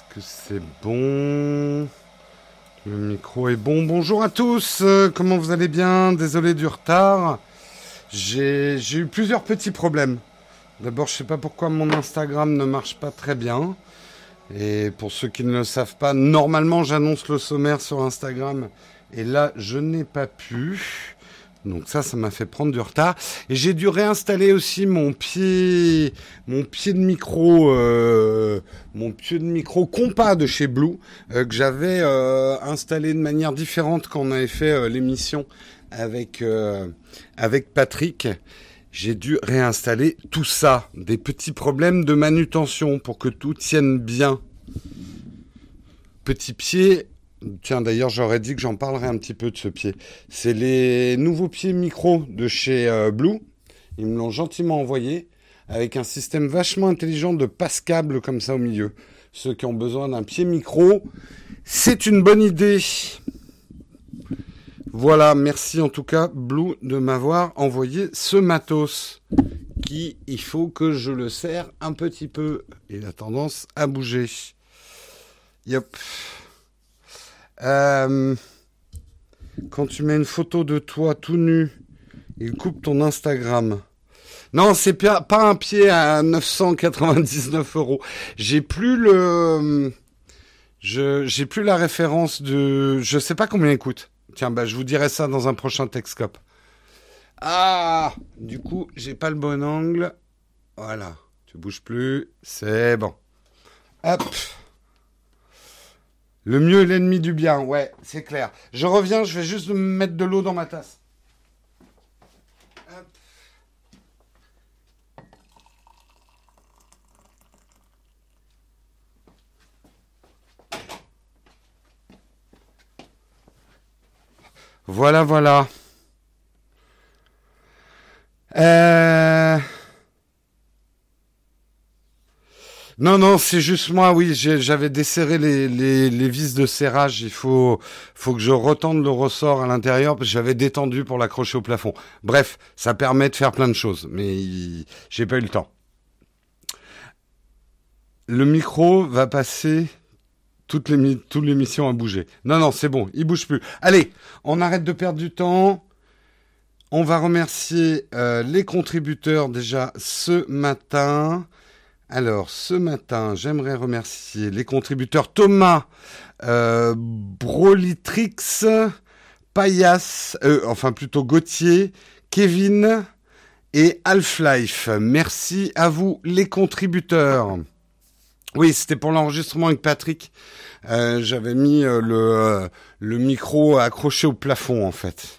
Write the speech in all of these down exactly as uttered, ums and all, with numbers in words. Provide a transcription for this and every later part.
Que c'est bon. Le micro est bon. Bonjour à tous. Euh, comment vous allez bien? Désolé du retard. J'ai, j'ai eu plusieurs petits problèmes. D'abord, je sais pas pourquoi mon Instagram ne marche pas très bien. Et pour ceux qui ne le savent pas, normalement, j'annonce le sommaire sur Instagram. Et là, je n'ai pas pu. Donc ça, ça m'a fait prendre du retard. Et j'ai dû réinstaller aussi mon pied, mon pied de micro, euh, mon pied de micro compas de chez Blue, euh, que j'avais euh, installé de manière différente quand on avait fait euh, l'émission avec euh, avec Patrick. J'ai dû réinstaller tout ça. Des petits problèmes de manutention pour que tout tienne bien. Petit pied. Tiens, d'ailleurs, j'aurais dit que j'en parlerai un petit peu de ce pied. C'est les nouveaux pieds micro de chez euh, Blue. Ils me l'ont gentiment envoyé avec un système vachement intelligent de passe-câble comme ça au milieu. Ceux qui ont besoin d'un pied micro, c'est une bonne idée. Voilà, merci en tout cas Blue de m'avoir envoyé ce matos qui, il faut que je le serre un petit peu. Il a tendance à bouger. Yep. Euh, quand tu mets une photo de toi tout nu, il coupe ton Instagram. Non, c'est pas, pas un pied à neuf cent quatre-vingt-dix-neuf euros. J'ai plus le, je, j'ai plus la référence de, je sais pas combien il coûte. Tiens, bah, je vous dirai ça dans un prochain Texcope. Ah, du coup, j'ai pas le bon angle. Voilà. Tu bouges plus. C'est bon. Hop. Le mieux est l'ennemi du bien, ouais, c'est clair. Je reviens, je vais juste me mettre de l'eau dans ma tasse. Hop. Voilà, voilà. Euh... Non, non, c'est juste moi, oui, j'ai, j'avais desserré les, les, les vis de serrage. Il faut, faut que je retende le ressort à l'intérieur parce que j'avais détendu pour l'accrocher au plafond. Bref, ça permet de faire plein de choses, mais il, j'ai pas eu le temps. Le micro va passer toute, l'émi, toute l'émission à bouger. Non, non, c'est bon, il bouge plus. Allez, on arrête de perdre du temps. On va remercier euh, les contributeurs déjà ce matin. Alors, ce matin, j'aimerais remercier les contributeurs Thomas, euh, Brolitrix, Payas, euh, enfin plutôt Gauthier, Kevin et Half-Life. Merci à vous, les contributeurs. Oui, c'était pour l'enregistrement avec Patrick. Euh, j'avais mis euh, le, euh, le micro accroché au plafond, en fait.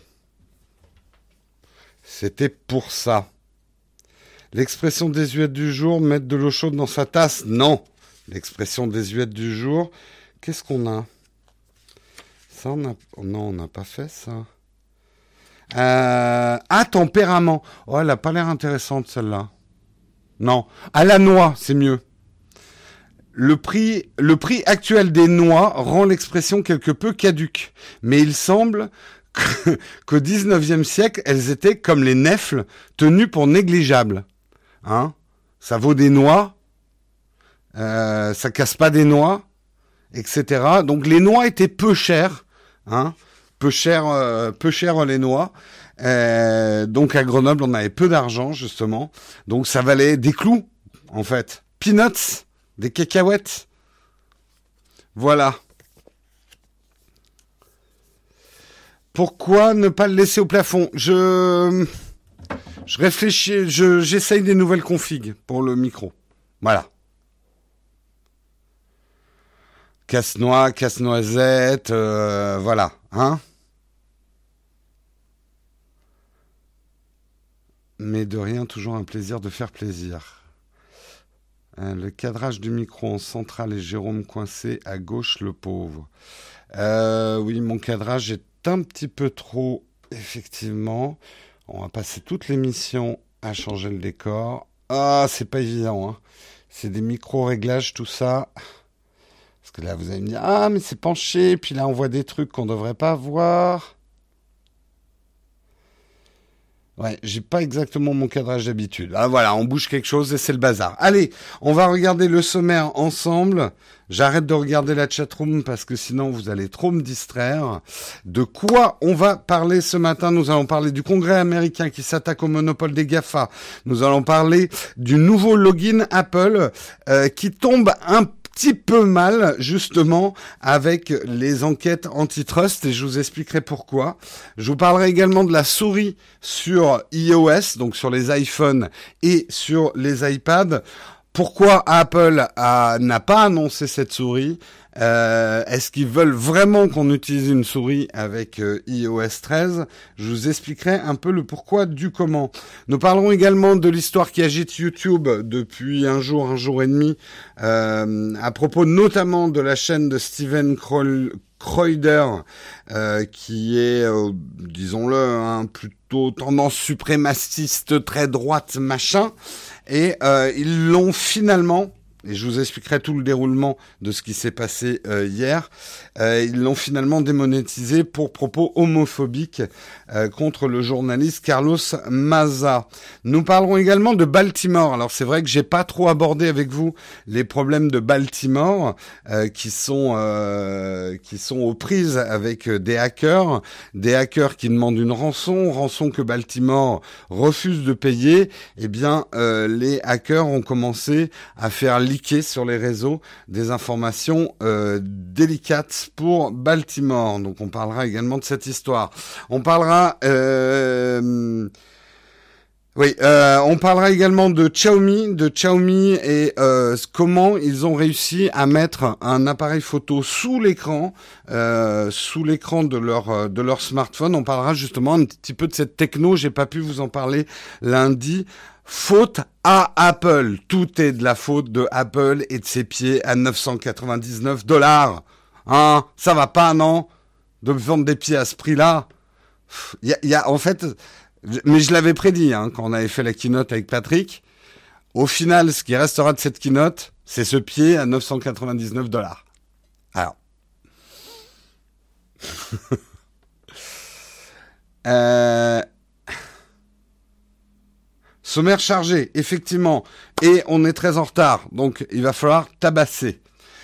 C'était pour ça. L'expression désuète du jour, mettre de l'eau chaude dans sa tasse, non. L'expression désuète du jour, qu'est-ce qu'on a? Ça, on a... Non, on n'a pas fait ça. Euh... Ah, tempérament. Oh, elle n'a pas l'air intéressante, celle-là. Non. À la noix, c'est mieux. Le prix, le prix actuel des noix rend l'expression quelque peu caduque. Mais il semble que, qu'au dix-neuvième siècle, elles étaient, comme les nèfles, tenues pour négligeables. Hein, ça vaut des noix, euh, ça casse pas des noix, et cetera. Donc les noix étaient peu chères, hein, peu chères, euh, peu chères les noix. Euh, donc à Grenoble, on avait peu d'argent justement, donc ça valait des clous en fait, peanuts, des cacahuètes. Voilà. Pourquoi ne pas le laisser au plafond? Je Je réfléchis, je, j'essaye des nouvelles configs pour le micro. Voilà. Casse-noix, casse-noisette, euh, voilà. Hein? Mais de rien, toujours un plaisir de faire plaisir. Euh, le cadrage du micro en centrale et Jérôme coincé à gauche, le pauvre. Euh, oui, mon cadrage est un petit peu trop, effectivement. On va passer toute l'émission à changer le décor. Ah, c'est pas évident, hein. C'est des micro-réglages, tout ça. Parce que là, vous allez me dire, ah, mais c'est penché. Puis là, on voit des trucs qu'on devrait pas voir. Ouais, j'ai pas exactement mon cadrage d'habitude. Ah voilà, on bouge quelque chose et c'est le bazar. Allez, on va regarder le sommaire ensemble. J'arrête de regarder la chatroom parce que sinon vous allez trop me distraire. De quoi on va parler ce matin? Nous allons parler du Congrès américain qui s'attaque au monopole des GAFA. Nous allons parler du nouveau login Apple euh, qui tombe un petit peu mal, justement, avec les enquêtes antitrust, et je vous expliquerai pourquoi. Je vous parlerai également de la souris sur iOS, donc sur les iPhones et sur les iPads. Pourquoi Apple a, n'a pas annoncé cette souris? Euh, est-ce qu'ils veulent vraiment qu'on utilise une souris avec euh, iOS treize? Je vous expliquerai un peu le pourquoi du comment. Nous parlerons également de l'histoire qui agite YouTube depuis un jour, un jour et demi, euh, à propos notamment de la chaîne de Steven Kroll, Kreuder, euh, qui est, euh, disons-le, hein, plutôt tendance suprémaciste, très droite, machin. Et euh, ils l'ont finalement, et je vous expliquerai tout le déroulement de ce qui s'est passé euh, hier, euh, ils l'ont finalement démonétisé pour propos homophobiques euh, contre le journaliste Carlos Maza. Nous parlerons également de Baltimore. Alors c'est vrai que j'ai pas trop abordé avec vous les problèmes de Baltimore euh, qui sont euh, qui sont aux prises avec des hackers, des hackers qui demandent une rançon, rançon que Baltimore refuse de payer. Eh bien, euh, les hackers ont commencé à faire leaker sur les réseaux des informations euh, délicates pour Baltimore. Donc on parlera également de cette histoire. On parlera euh, oui, euh, on parlera également de Xiaomi, de Xiaomi et euh, comment ils ont réussi à mettre un appareil photo sous l'écran, euh, sous l'écran de leur de leur smartphone. On parlera justement un petit peu de cette techno. J'ai pas pu vous en parler lundi. Faute à Apple. Tout est de la faute de Apple et de ses pieds à neuf cent quatre-vingt-dix-neuf dollars. Hein, ça va pas, non? De vendre des pieds à ce prix-là. Il y a, y a, en fait, mais je l'avais prédit, hein, quand on avait fait la keynote avec Patrick. Au final, ce qui restera de cette keynote, c'est ce pied à neuf cent quatre-vingt-dix-neuf dollars. Alors. euh... Sommaire chargé, effectivement. Et on est très en retard, donc il va falloir tabasser.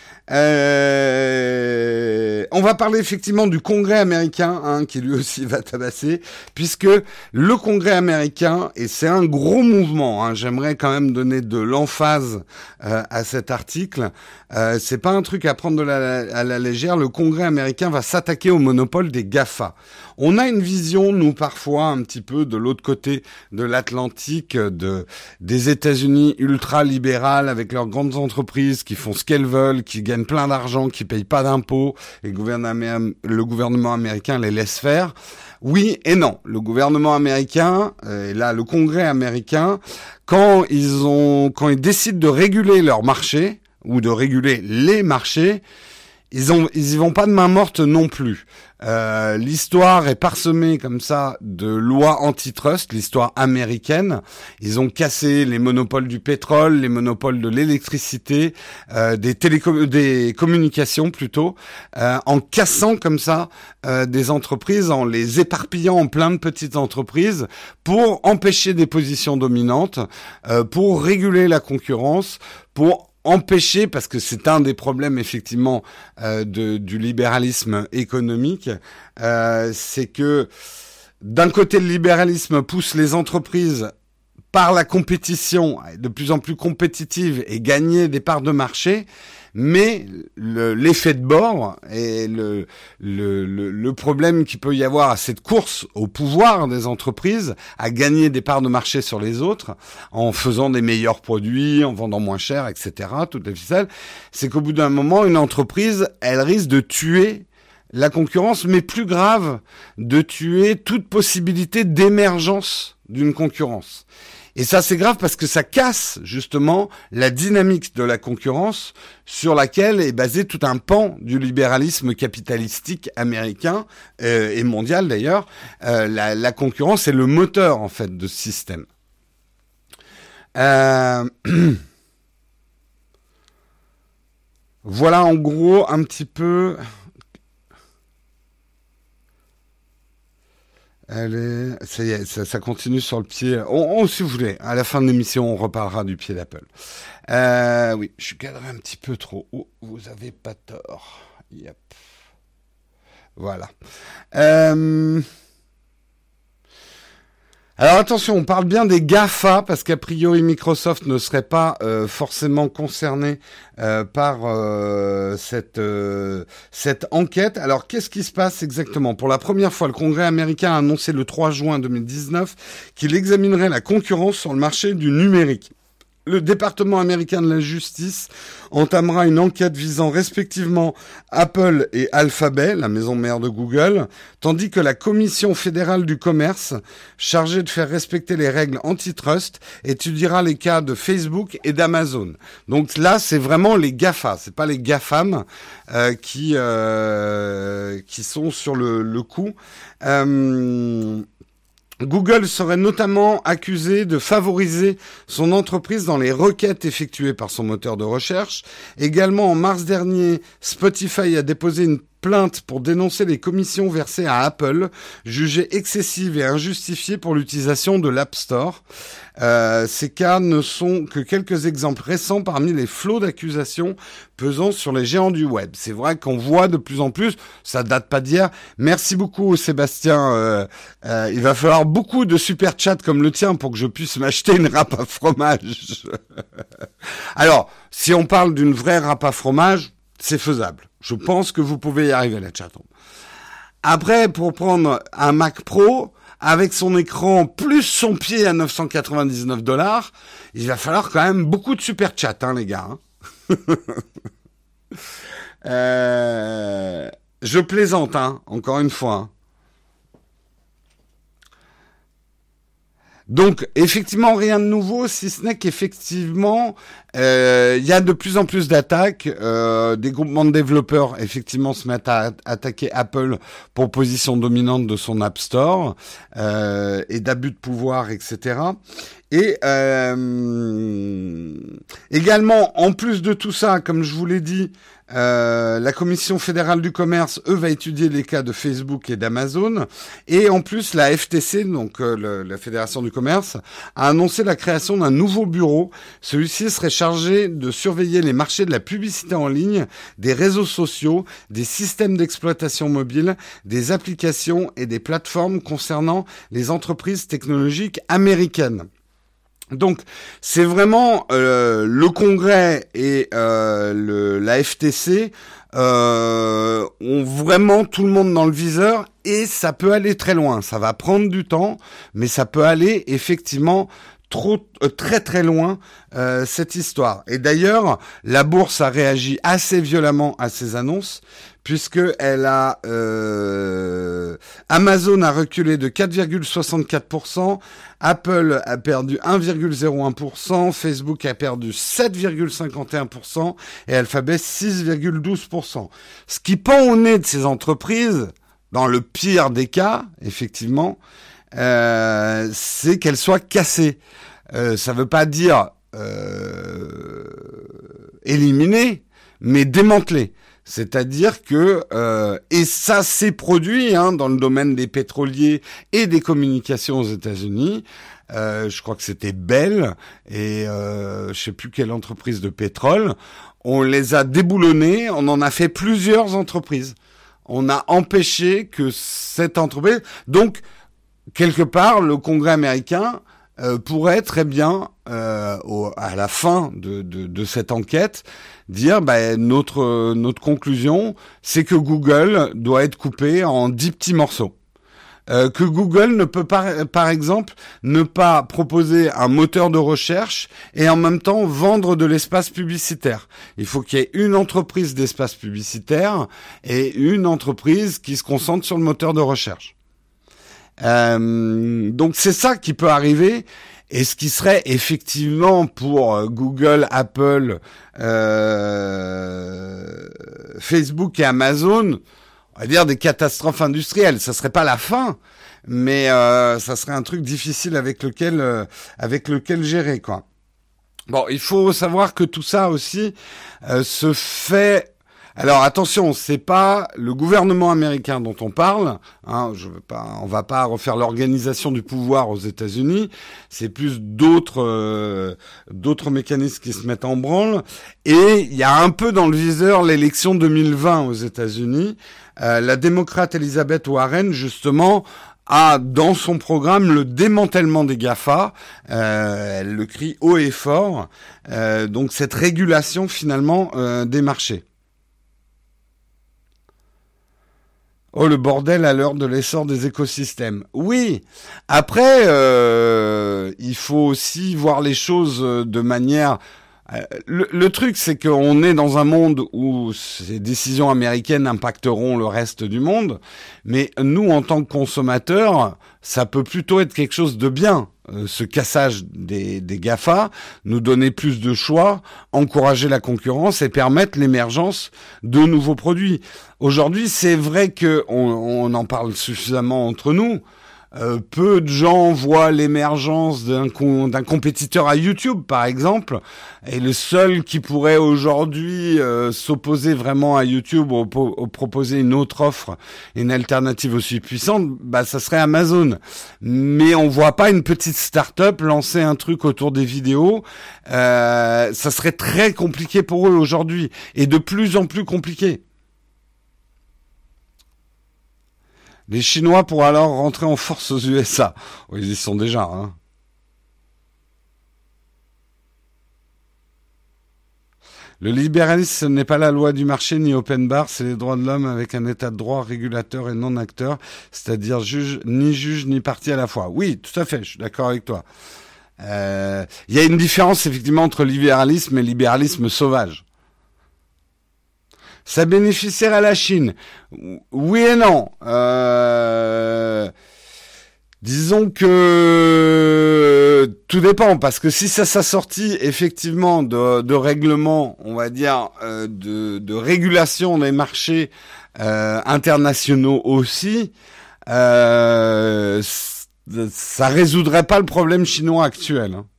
Euh, on va parler effectivement du Congrès américain, hein, qui lui aussi va tabasser, puisque le Congrès américain, et c'est un gros mouvement, hein, j'aimerais quand même donner de l'emphase euh, à cet article, euh, c'est pas un truc à prendre de la, à la légère, le Congrès américain va s'attaquer au monopole des GAFA. On a une vision, nous, parfois, un petit peu de l'autre côté de l'Atlantique, de, des États-Unis ultra-libérales avec leurs grandes entreprises qui font ce qu'elles veulent, qui gagnent plein d'argent, qui payent pas d'impôts, et le gouvernement, le gouvernement américain les laisse faire. Oui et non. Le gouvernement américain, euh, et là, le Congrès américain, quand ils ont, quand ils décident de réguler leur marché, ou de réguler les marchés, ils ont, ils y vont pas de main morte non plus. Euh, l'histoire est parsemée comme ça de lois antitrust, l'histoire américaine. Ils ont cassé les monopoles du pétrole, les monopoles de l'électricité, euh, des télécom- des communications plutôt, euh, en cassant comme ça euh, des entreprises, en les éparpillant en plein de petites entreprises pour empêcher des positions dominantes, euh, pour réguler la concurrence, pour empêcher, parce que c'est un des problèmes effectivement euh, de, du libéralisme économique, euh, c'est que d'un côté le libéralisme pousse les entreprises par la compétition de plus en plus compétitive et gagner des parts de marché, mais le, l'effet de bord et le, le, le, le problème qu'il peut y avoir à cette course au pouvoir des entreprises, à gagner des parts de marché sur les autres, en faisant des meilleurs produits, en vendant moins cher, et cetera, toutes les ficelles, c'est qu'au bout d'un moment, une entreprise, elle risque de tuer la concurrence, mais plus grave, de tuer toute possibilité d'émergence d'une concurrence. Et ça, c'est grave parce que ça casse, justement, la dynamique de la concurrence sur laquelle est basé tout un pan du libéralisme capitalistique américain euh, et mondial, d'ailleurs. Euh, la, la concurrence est le moteur, en fait, de ce système. Euh... voilà, en gros, un petit peu... Elle est, ça y est, ça, ça continue sur le pied. On, on, si vous voulez, à la fin de l'émission, on reparlera du pied d'Apple. Euh, oui, je suis cadré un petit peu trop haut. Vous avez pas tort. Yep. Voilà. Euh... Alors attention, on parle bien des GAFA parce qu'a priori Microsoft ne serait pas euh, forcément concerné euh, par euh, cette euh, cette enquête. Alors qu'est-ce qui se passe exactement ? Pour la première fois, le Congrès américain a annoncé le trois juin deux mille dix-neuf qu'il examinerait la concurrence sur le marché du numérique. Le département américain de la justice entamera une enquête visant respectivement Apple et Alphabet, la maison mère de Google, tandis que la Commission fédérale du commerce, chargée de faire respecter les règles antitrust, étudiera les cas de Facebook et d'Amazon. Donc là, c'est vraiment les GAFA, c'est pas les GAFAM euh, qui euh, qui sont sur le, le coup. Euh, Google serait notamment accusé de favoriser son entreprise dans les requêtes effectuées par son moteur de recherche. Également, en mars dernier, Spotify a déposé une plainte pour dénoncer les commissions versées à Apple, jugées excessives et injustifiées pour l'utilisation de l'App Store. Euh, ces cas ne sont que quelques exemples récents parmi les flots d'accusations pesant sur les géants du web. C'est vrai qu'on voit de plus en plus, ça date pas d'hier. Merci beaucoup Sébastien. Euh, euh, il va falloir beaucoup de super chats comme le tien pour que je puisse m'acheter une râpe à fromage. Alors, si on parle d'une vraie râpe à fromage, c'est faisable. Je pense que vous pouvez y arriver, la chatroom. Après, pour prendre un Mac Pro, avec son écran plus son pied à neuf cent quatre-vingt-dix-neuf dollars, il va falloir quand même beaucoup de super chat, hein, les gars. Hein. euh, je plaisante, hein, encore une fois. Hein. Donc, effectivement, rien de nouveau, si ce n'est qu'effectivement, euh, il y a de plus en plus d'attaques. Euh, des groupements de développeurs, effectivement, se mettent à attaquer Apple pour position dominante de son App Store euh, et d'abus de pouvoir, et cetera. Et euh, également, en plus de tout ça, comme je vous l'ai dit, euh, la Commission fédérale du commerce, eux, va étudier les cas de Facebook et d'Amazon. Et en plus, la F T C, donc euh, le, la Fédération du commerce, a annoncé la création d'un nouveau bureau. Celui-ci serait chargé de surveiller les marchés de la publicité en ligne, des réseaux sociaux, des systèmes d'exploitation mobile, des applications et des plateformes concernant les entreprises technologiques américaines. Donc, c'est vraiment euh, le Congrès et euh, le, la F T C euh, ont vraiment tout le monde dans le viseur et ça peut aller très loin. Ça va prendre du temps, mais ça peut aller effectivement trop euh, très très loin euh, cette histoire. Et d'ailleurs, la bourse a réagi assez violemment à ces annonces. Puisque elle a euh, Amazon a reculé de quatre virgule soixante-quatre pour cent, Apple a perdu un virgule zéro un pour cent, Facebook a perdu sept virgule cinquante et un pour cent et Alphabet six virgule douze pour cent. Ce qui pend au nez de ces entreprises, dans le pire des cas, effectivement, euh, c'est qu'elles soient cassées. Euh, ça veut pas dire euh, éliminer, mais démanteler. C'est-à-dire que, euh, et ça s'est produit hein, dans le domaine des pétroliers et des communications aux États-Unis. Euh, je crois que c'était Bell et euh, je sais plus quelle entreprise de pétrole. On les a déboulonnés, on en a fait plusieurs entreprises. On a empêché que cette entreprise... Donc, quelque part, le Congrès américain euh, pourrait très bien, euh, au, à la fin de, de, de cette enquête, dire bah, notre notre conclusion, c'est que Google doit être coupé en dix petits morceaux. Euh, que Google ne peut pas, par exemple, ne pas proposer un moteur de recherche et en même temps vendre de l'espace publicitaire. Il faut qu'il y ait une entreprise d'espace publicitaire et une entreprise qui se concentre sur le moteur de recherche. Euh, donc c'est ça qui peut arriver. Et ce qui serait effectivement pour Google, Apple, euh, Facebook et Amazon, on va dire des catastrophes industrielles. Ça serait pas la fin, mais euh, ça serait un truc difficile avec lequel euh, avec lequel gérer quoi. Bon, il faut savoir que tout ça aussi euh, se fait. Alors attention, c'est pas le gouvernement américain dont on parle. Hein, je veux pas, on va pas refaire l'organisation du pouvoir aux États-Unis. C'est plus d'autres euh, d'autres mécanismes qui se mettent en branle. Et il y a un peu dans le viseur l'élection deux mille vingt aux États-Unis. Euh, la démocrate Elizabeth Warren, justement, a dans son programme le démantèlement des GAFA. Euh, elle le crie haut et fort. Euh, donc cette régulation finalement euh, des marchés. Oh, le bordel à l'heure de l'essor des écosystèmes. Oui, après, euh, il faut aussi voir les choses de manière... Le, le truc, c'est qu'on est dans un monde où ces décisions américaines impacteront le reste du monde, mais nous, en tant que consommateurs, ça peut plutôt être quelque chose de bien. Euh, ce cassage des, des GAFA, nous donner plus de choix, encourager la concurrence et permettre l'émergence de nouveaux produits. Aujourd'hui, c'est vrai que on, on en parle suffisamment entre nous. Euh, peu de gens voient l'émergence d'un, com- d'un compétiteur à YouTube, par exemple, et le seul qui pourrait aujourd'hui euh, s'opposer vraiment à YouTube ou, ou proposer une autre offre, une alternative aussi puissante, bah ça serait Amazon. Mais on voit pas une petite start-up lancer un truc autour des vidéos. Euh, ça serait très compliqué pour eux aujourd'hui, et de plus en plus compliqué. Les Chinois pourraient alors rentrer en force aux U S A. Oui, ils y sont déjà, hein. Le libéralisme, ce n'est pas la loi du marché ni open bar, c'est les droits de l'homme avec un état de droit régulateur et non acteur, c'est-à-dire juge, ni juge ni parti à la fois. Oui, tout à fait, je suis d'accord avec toi. Euh, il y a une différence effectivement entre libéralisme et libéralisme sauvage. Ça bénéficierait à la Chine. Oui et non. Euh, disons que tout dépend, parce que si ça s'assortit effectivement de, de règlements, on va dire, euh, de, de régulation des marchés euh, internationaux aussi, euh, ça résoudrait pas le problème chinois actuel, hein.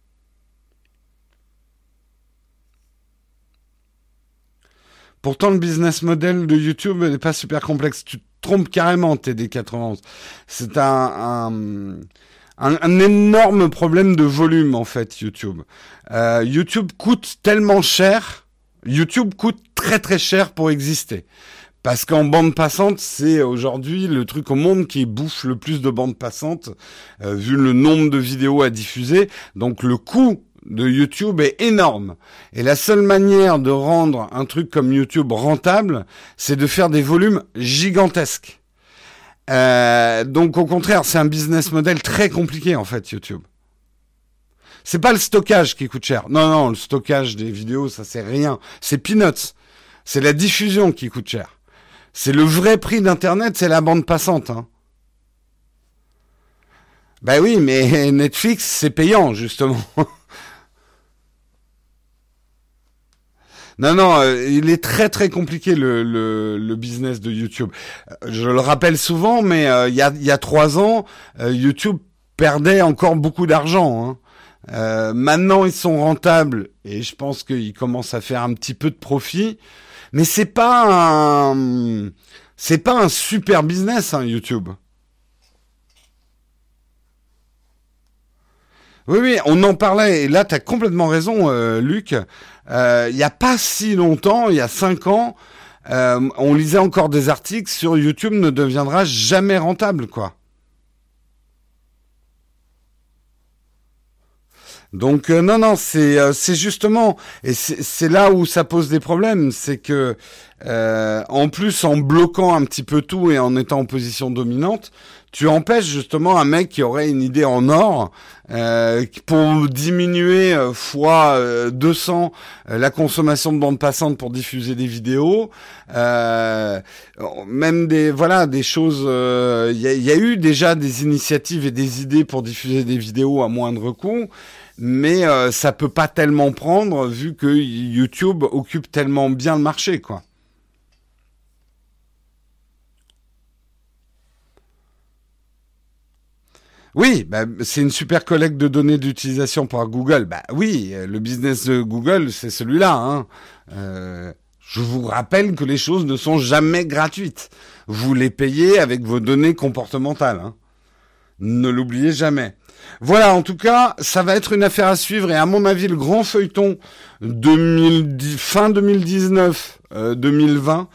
Pourtant, le business model de YouTube n'est pas super complexe. Tu te trompes carrément, T D quatre-vingt-onze. C'est un, un, un, un énorme problème de volume, en fait, YouTube. Euh, YouTube coûte tellement cher. YouTube coûte très très cher pour exister. Parce qu'en bande passante, c'est aujourd'hui le truc au monde qui bouffe le plus de bandes passantes, euh, vu le nombre de vidéos à diffuser. Donc le coût de YouTube est énorme. Et la seule manière de rendre un truc comme YouTube rentable, c'est de faire des volumes gigantesques. Euh, donc au contraire, c'est un business model très compliqué en fait, YouTube. C'est pas le stockage qui coûte cher. Non, non, le stockage des vidéos, ça c'est rien. C'est peanuts. C'est la diffusion qui coûte cher. C'est le vrai prix d'Internet, c'est la bande passante, hein. Ben oui, mais Netflix, c'est payant, justement. Non, non, euh, il est très très compliqué le, le, le business de YouTube. Je le rappelle souvent, mais euh, il y a il y a trois ans, euh, YouTube perdait encore beaucoup d'argent, hein. Euh, maintenant, ils sont rentables et je pense qu'ils commencent à faire un petit peu de profit, mais c'est pas un c'est pas un super business, hein, YouTube. Oui, oui, on en parlait, et là, tu as complètement raison, euh, Luc. Euh, Il n'y a pas si longtemps, il y a cinq ans, euh, on lisait encore des articles sur YouTube ne deviendra jamais rentable, quoi. Donc euh, non, non, c'est euh, c'est justement, et c'est c'est là où ça pose des problèmes, c'est que euh, en plus en bloquant un petit peu tout et en étant en position dominante, tu empêches justement un mec qui aurait une idée en or euh, pour diminuer euh, fois euh, deux cents euh, la consommation de bande passante pour diffuser des vidéos, euh, même des voilà des choses. euh, Il y, a, il y a eu déjà des initiatives et des idées pour diffuser des vidéos à moindre coût. Mais euh, ça peut pas tellement prendre vu que YouTube occupe tellement bien le marché, quoi. Oui, bah, c'est une super collecte de données d'utilisation par Google. Bah oui, euh, le business de Google, c'est celui-là, hein. Euh, Je vous rappelle que les choses ne sont jamais gratuites. Vous les payez avec vos données comportementales, hein. Ne l'oubliez jamais. Voilà, en tout cas, ça va être une affaire à suivre et à mon avis, le grand feuilleton deux mille dix, fin deux mille dix-neuf, euh, deux mille vingt.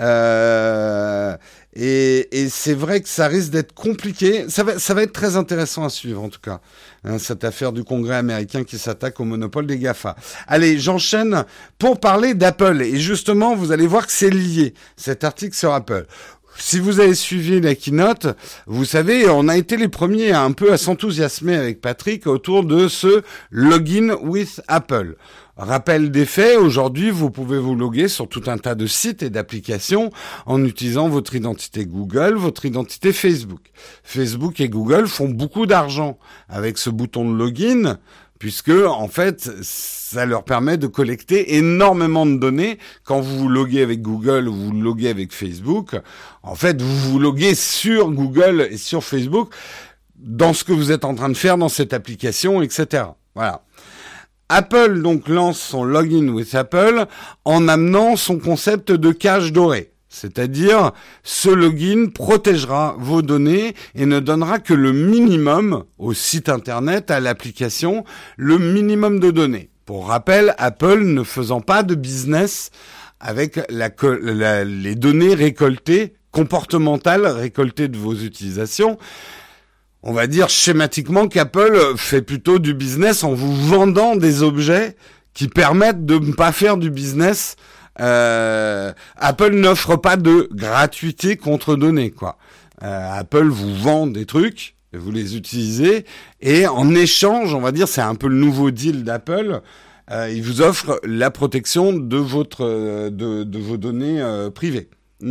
Euh, et, et c'est vrai que ça risque d'être compliqué. Ça va, ça va être très intéressant à suivre, en tout cas, hein, cette affaire du Congrès américain qui s'attaque au monopole des GAFA. Allez, j'enchaîne pour parler d'Apple. Et justement, vous allez voir que c'est lié, cet article sur Apple. Si vous avez suivi la keynote, vous savez, on a été les premiers à un peu à s'enthousiasmer avec Patrick autour de ce login with Apple. Rappel des faits, aujourd'hui, vous pouvez vous loguer sur tout un tas de sites et d'applications en utilisant votre identité Google, votre identité Facebook. Facebook et Google font beaucoup d'argent avec ce bouton de login, puisque, en fait, ça leur permet de collecter énormément de données. Quand vous vous loguez avec Google ou vous vous loguez avec Facebook, en fait, vous vous loguez sur Google et sur Facebook dans ce que vous êtes en train de faire dans cette application, et cetera. Voilà. Apple, donc, lance son Login with Apple en amenant son concept de cage dorée. C'est-à-dire, ce login protégera vos données et ne donnera que le minimum au site internet, à l'application, le minimum de données. Pour rappel, Apple ne faisant pas de business avec la, la, les données récoltées, comportementales récoltées de vos utilisations. On va dire schématiquement qu'Apple fait plutôt du business en vous vendant des objets qui permettent de ne pas faire du business. Euh, Apple n'offre pas de gratuité contre données, quoi. Euh, Apple vous vend des trucs, vous les utilisez, et en échange, on va dire, c'est un peu le nouveau deal d'Apple, euh, il vous offre la protection de votre, euh, de, de vos données euh, privées.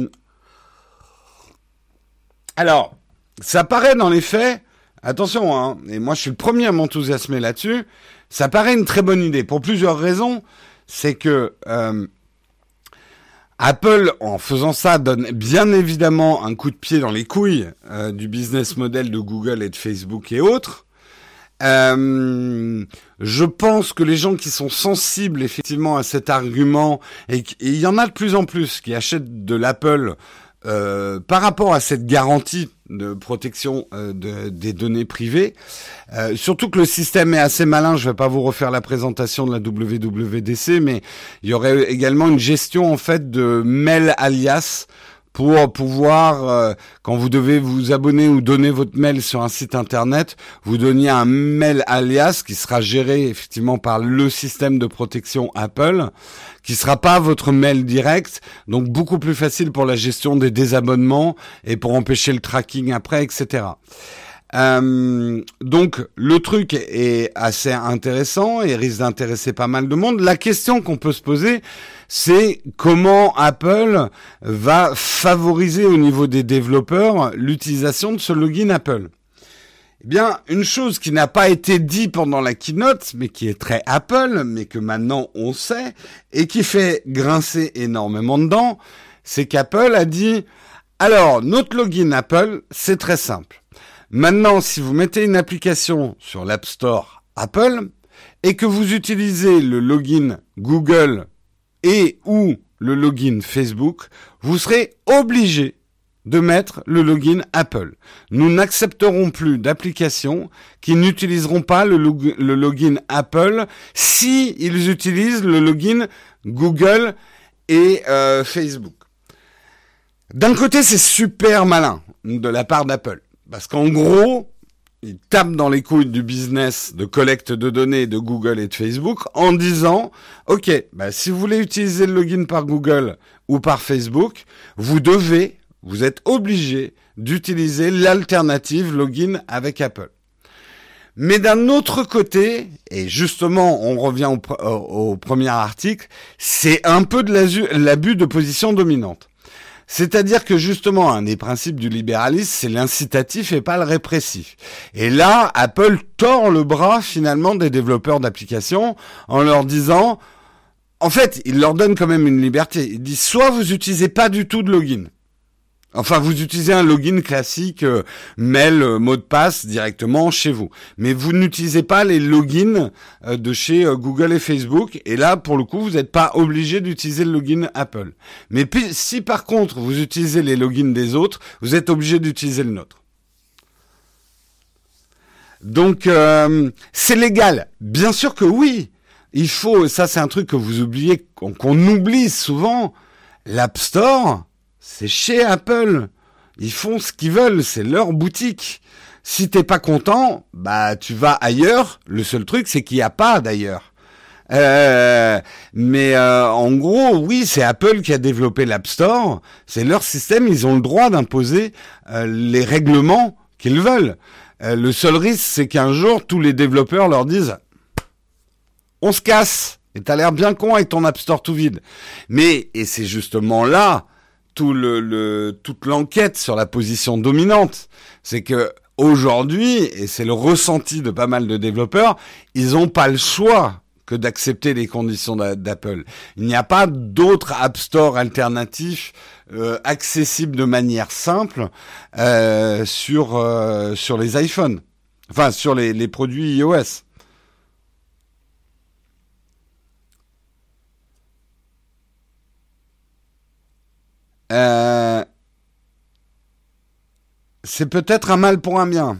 Alors, ça paraît dans les faits, attention, hein, et moi je suis le premier à m'enthousiasmer là-dessus, ça paraît une très bonne idée, pour plusieurs raisons. C'est que euh, Apple, en faisant ça, donne bien évidemment un coup de pied dans les couilles euh, du business model de Google et de Facebook et autres. Euh, je pense que les gens qui sont sensibles effectivement à cet argument, et il y en a de plus en plus qui achètent de l'Apple euh, par rapport à cette garantie de protection euh, de, des données privées, euh, surtout que le système est assez malin. Je vais pas vous refaire la présentation de la W W D C, mais il y aurait également une gestion en fait de mail alias pour pouvoir, euh, quand vous devez vous abonner ou donner votre mail sur un site internet, vous donniez un mail alias qui sera géré effectivement par le système de protection Apple, qui sera pas votre mail direct, donc beaucoup plus facile pour la gestion des désabonnements et pour empêcher le tracking après, et cetera. Euh, donc le truc est assez intéressant et risque d'intéresser pas mal de monde. La question qu'on peut se poser, c'est comment Apple va favoriser au niveau des développeurs l'utilisation de ce login Apple. Eh bien, une chose qui n'a pas été dit pendant la keynote, mais qui est très Apple, mais que maintenant on sait, et qui fait grincer énormément de dents, c'est qu'Apple a dit, alors, notre login Apple, c'est très simple. Maintenant, si vous mettez une application sur l'App Store Apple, et que vous utilisez le login Google et ou le login Facebook, vous serez obligé de mettre le login Apple. Nous n'accepterons plus d'applications qui n'utiliseront pas le, log- le login Apple si ils utilisent le login Google et euh, Facebook. D'un côté, c'est super malin de la part d'Apple, parce qu'en gros, ils tapent dans les couilles du business de collecte de données de Google et de Facebook en disant, ok, bah, si vous voulez utiliser le login par Google ou par Facebook, vous devez Vous êtes obligé d'utiliser l'alternative login avec Apple. Mais d'un autre côté, et justement, on revient au, au, au premier article, c'est un peu de l'abus de position dominante. C'est-à-dire que justement, un des principes du libéralisme, c'est l'incitatif et pas le répressif. Et là, Apple tord le bras finalement des développeurs d'applications en leur disant, en fait, il leur donne quand même une liberté. Il dit, soit vous utilisez pas du tout de login. Enfin, vous utilisez un login classique, euh, mail, euh, mot de passe directement chez vous. Mais vous n'utilisez pas les logins euh, de chez euh, Google et Facebook. Et là, pour le coup, vous n'êtes pas obligé d'utiliser le login Apple. Mais puis, si par contre, vous utilisez les logins des autres, vous êtes obligé d'utiliser le nôtre. Donc, euh, c'est légal. Bien sûr que oui. Il faut, ça c'est un truc que vous oubliez, qu'on, qu'on oublie souvent, l'App Store, c'est chez Apple. Ils font ce qu'ils veulent, c'est leur boutique. Si t'es pas content, bah tu vas ailleurs. Le seul truc, c'est qu'il n'y a pas d'ailleurs. Euh, mais euh, en gros, oui, c'est Apple qui a développé l'App Store. C'est leur système, ils ont le droit d'imposer euh, les règlements qu'ils veulent. Euh, le seul risque, c'est qu'un jour, tous les développeurs leur disent « On se casse !» Et t'as l'air bien con avec ton App Store tout vide. Mais, et c'est justement là tout le, le, toute l'enquête sur la position dominante. C'est que aujourd'hui, et c'est le ressenti de pas mal de développeurs, ils n'ont pas le choix que d'accepter les conditions d'Apple. Il n'y a pas d'autres App Store alternatifs euh, accessibles de manière simple euh, sur euh, sur les iPhones. Enfin, sur les, les produits iOS. Euh, c'est peut-être un mal pour un bien.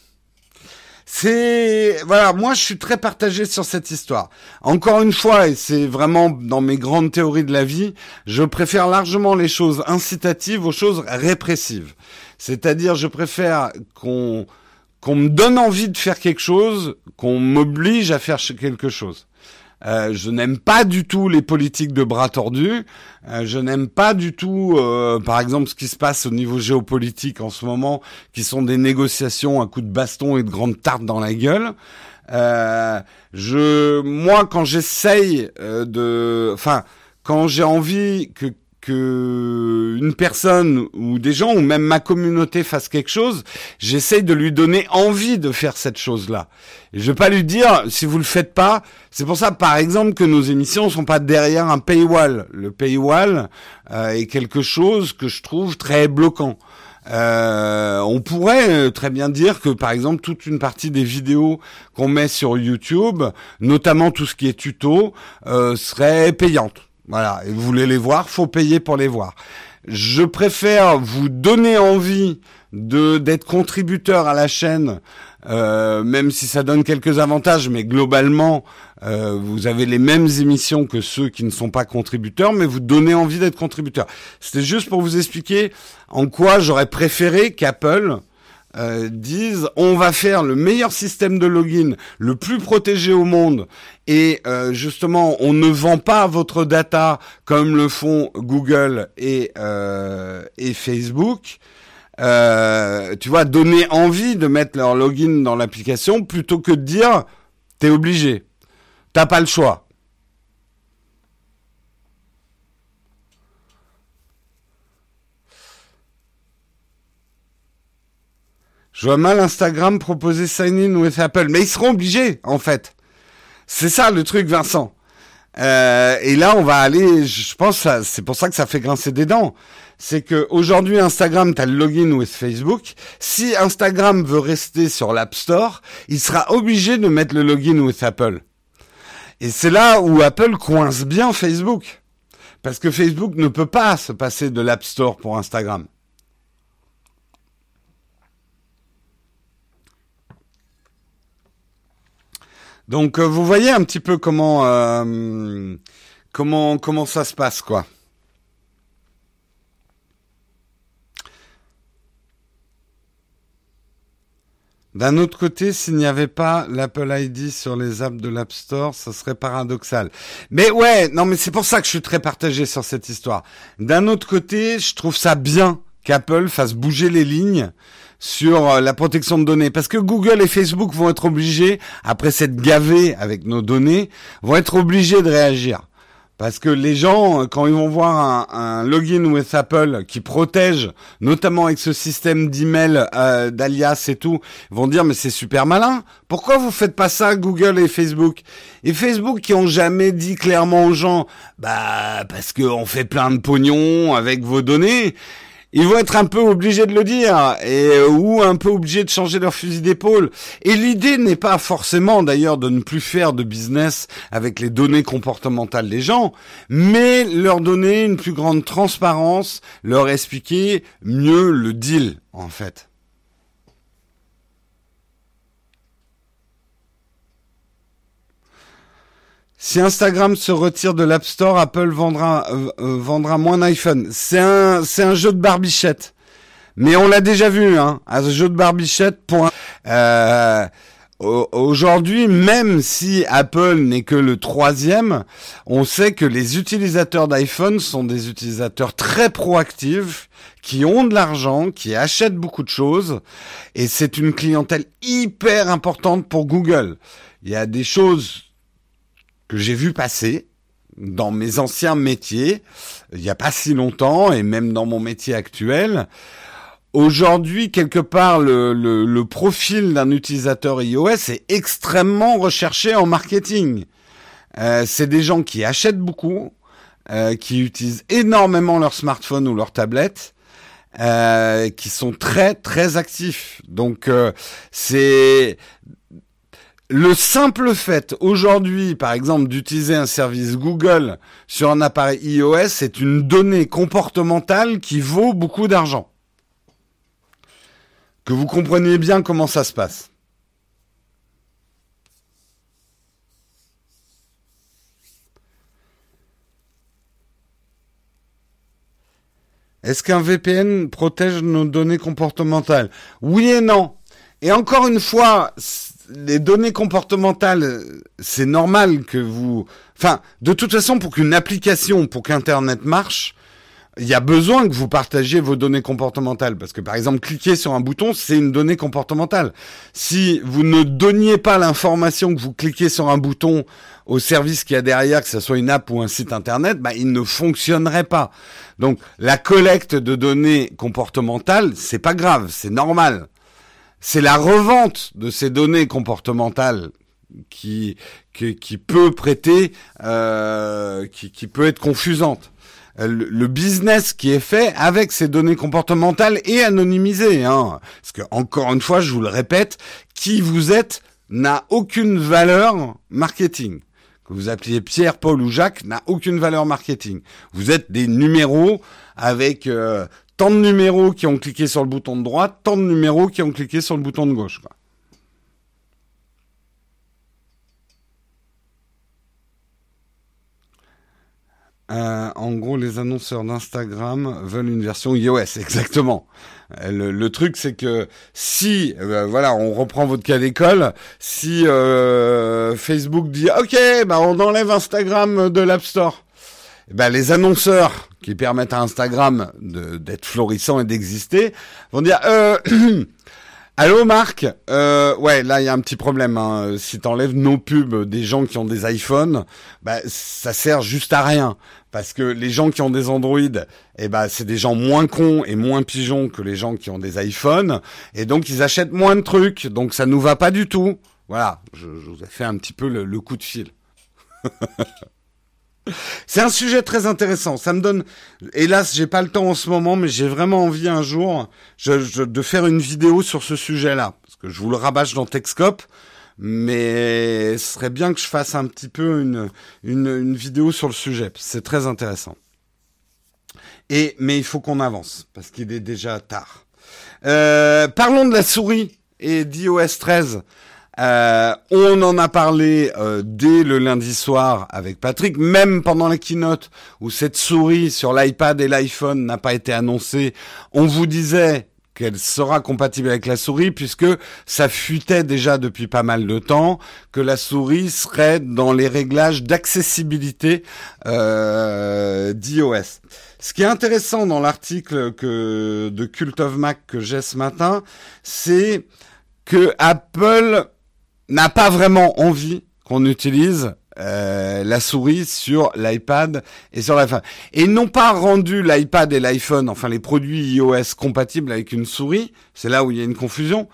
C'est voilà, moi je suis très partagé sur cette histoire. Encore une fois, et c'est vraiment dans mes grandes théories de la vie, je préfère largement les choses incitatives aux choses répressives. C'est-à-dire, je préfère qu'on qu'on me donne envie de faire quelque chose, qu'on m'oblige à faire quelque chose. Euh, je n'aime pas du tout les politiques de bras tordus. Euh, je n'aime pas du tout, euh, par exemple, ce qui se passe au niveau géopolitique en ce moment, qui sont des négociations à coups de baston et de grandes tartes dans la gueule. Euh, je, moi, quand j'essaye euh, de, enfin, quand j'ai envie que que une personne ou des gens ou même ma communauté fasse quelque chose, j'essaye de lui donner envie de faire cette chose-là. Et je vais pas lui dire si vous le faites pas. C'est pour ça, par exemple, que nos émissions sont pas derrière un paywall. Le paywall euh, est quelque chose que je trouve très bloquant. Euh, on pourrait très bien dire que, par exemple, toute une partie des vidéos qu'on met sur YouTube, notamment tout ce qui est tuto, euh, serait payante. Voilà, et vous voulez les voir, faut payer pour les voir. Je préfère vous donner envie de d'être contributeur à la chaîne, euh, même si ça donne quelques avantages, mais globalement, euh, vous avez les mêmes émissions que ceux qui ne sont pas contributeurs, mais vous donnez envie d'être contributeur. C'était juste pour vous expliquer en quoi j'aurais préféré qu'Apple Euh, disent on va faire le meilleur système de login, le plus protégé au monde, et euh, justement on ne vend pas votre data comme le font Google et euh, et Facebook. Euh, tu vois, donner envie de mettre leur login dans l'application plutôt que de dire t'es obligé, t'as pas le choix. Je vois mal Instagram proposer sign in with Apple. Mais ils seront obligés, en fait. C'est ça le truc, Vincent. Euh, et là, on va aller, je pense, ça, c'est pour ça que ça fait grincer des dents. C'est que aujourd'hui, Instagram, t'as le login with Facebook. Si Instagram veut rester sur l'App Store, il sera obligé de mettre le login with Apple. Et c'est là où Apple coince bien Facebook. Parce que Facebook ne peut pas se passer de l'App Store pour Instagram. Donc euh, vous voyez un petit peu comment euh, comment comment ça se passe, quoi. D'un autre côté, s'il n'y avait pas l'Apple I D sur les apps de l'App Store, ça serait paradoxal. Mais ouais, non mais c'est pour ça que je suis très partagé sur cette histoire. D'un autre côté, je trouve ça bien qu'Apple fasse bouger les lignes sur la protection de données. Parce que Google et Facebook vont être obligés, après s'être gavés avec nos données, vont être obligés de réagir. Parce que les gens, quand ils vont voir un, un login with Apple qui protège, notamment avec ce système d'email, euh, d'alias et tout, vont dire mais c'est super malin. Pourquoi vous faites pas ça, Google et Facebook? Et Facebook qui ont jamais dit clairement aux gens, bah parce que on fait plein de pognon avec vos données. ils vont être un peu obligés de le dire, et ou un peu obligés de changer leur fusil d'épaule. Et l'idée n'est pas forcément d'ailleurs de ne plus faire de business avec les données comportementales des gens, mais leur donner une plus grande transparence, leur expliquer mieux le deal, en fait. Si Instagram se retire de l'App Store, Apple vendra euh, euh, vendra moins d'iPhone. C'est un c'est un jeu de barbichette. Mais on l'a déjà vu, hein, un jeu de barbichette pour un... Euh, aujourd'hui, même si Apple n'est que le troisième, on sait que les utilisateurs d'iPhone sont des utilisateurs très proactifs, qui ont de l'argent, qui achètent beaucoup de choses, et c'est une clientèle hyper importante pour Google. Il y a des choses que j'ai vu passer dans mes anciens métiers, il n'y a pas si longtemps, et même dans mon métier actuel. Aujourd'hui, quelque part, le, le, le profil d'un utilisateur iOS est extrêmement recherché en marketing. Euh, c'est des gens qui achètent beaucoup, euh, qui utilisent énormément leur smartphone ou leur tablette, euh, qui sont très, très actifs. Donc, euh, c'est... Le simple fait, aujourd'hui, par exemple, d'utiliser un service Google sur un appareil iOS, c'est une donnée comportementale qui vaut beaucoup d'argent. Que vous compreniez bien comment ça se passe. Est-ce qu'un V P N protège nos données comportementales ? Oui et non. Et encore une fois... les données comportementales, c'est normal que vous... Enfin, de toute façon, pour qu'une application, pour qu'Internet marche, il y a besoin que vous partagiez vos données comportementales. Parce que, par exemple, cliquer sur un bouton, c'est une donnée comportementale. Si vous ne donniez pas l'information que vous cliquez sur un bouton au service qu'il y a derrière, que ce soit une app ou un site Internet, bah, il ne fonctionnerait pas. Donc, la collecte de données comportementales, c'est pas grave, c'est normal. C'est la revente de ces données comportementales qui qui, qui peut prêter, euh, qui, qui peut être confusante. Le, le business qui est fait avec ces données comportementales est anonymisé, hein. Parce que encore une fois, je vous le répète, qui vous êtes n'a aucune valeur marketing. Que vous appeliez Pierre, Paul ou Jacques n'a aucune valeur marketing. Vous êtes des numéros avec euh, tant de numéros qui ont cliqué sur le bouton de droite, tant de numéros qui ont cliqué sur le bouton de gauche, quoi. Euh, en gros, les annonceurs d'Instagram veulent une version iOS, exactement. Le, le truc, c'est que si, euh, voilà, on reprend votre cas d'école, si euh, Facebook dit « Ok, bah on enlève Instagram de l'App Store », bah, les annonceurs qui permettent à Instagram de, d'être florissant et d'exister vont dire euh, « Allô Marc, euh, ouais, là il y a un petit problème. Hein. Si t'enlèves nos pubs des gens qui ont des iPhones, bah ça sert juste à rien. Parce que les gens qui ont des Android, eh ben c'est des gens moins cons et moins pigeons que les gens qui ont des iPhones, et donc ils achètent moins de trucs. Donc ça nous va pas du tout. Voilà, je, je vous ai fait un petit peu le, le coup de fil. C'est un sujet très intéressant. Ça me donne, hélas, j'ai pas le temps en ce moment, mais j'ai vraiment envie un jour je, je, de faire une vidéo sur ce sujet-là, parce que je vous le rabâche dans Techscope, mais ce serait bien que je fasse un petit peu une une, une vidéo sur le sujet. C'est très intéressant. Et mais il faut qu'on avance parce qu'il est déjà tard. Euh, parlons de la souris et d'iOS treize. Euh, on en a parlé euh, dès le lundi soir avec Patrick, même pendant la keynote où cette souris sur l'iPad et l'iPhone n'a pas été annoncée. On vous disait qu'elle sera compatible avec la souris puisque ça fuitait déjà depuis pas mal de temps, que la souris serait dans les réglages d'accessibilité euh, d'iOS. Ce qui est intéressant dans l'article que de Cult of Mac que j'ai ce matin, c'est que Apple n'a pas vraiment envie qu'on utilise euh, la souris sur l'iPad et sur l'iPhone. Et ils n'ont pas rendu l'iPad et l'iPhone, enfin les produits iOS compatibles avec une souris, c'est là où il y a une confusion.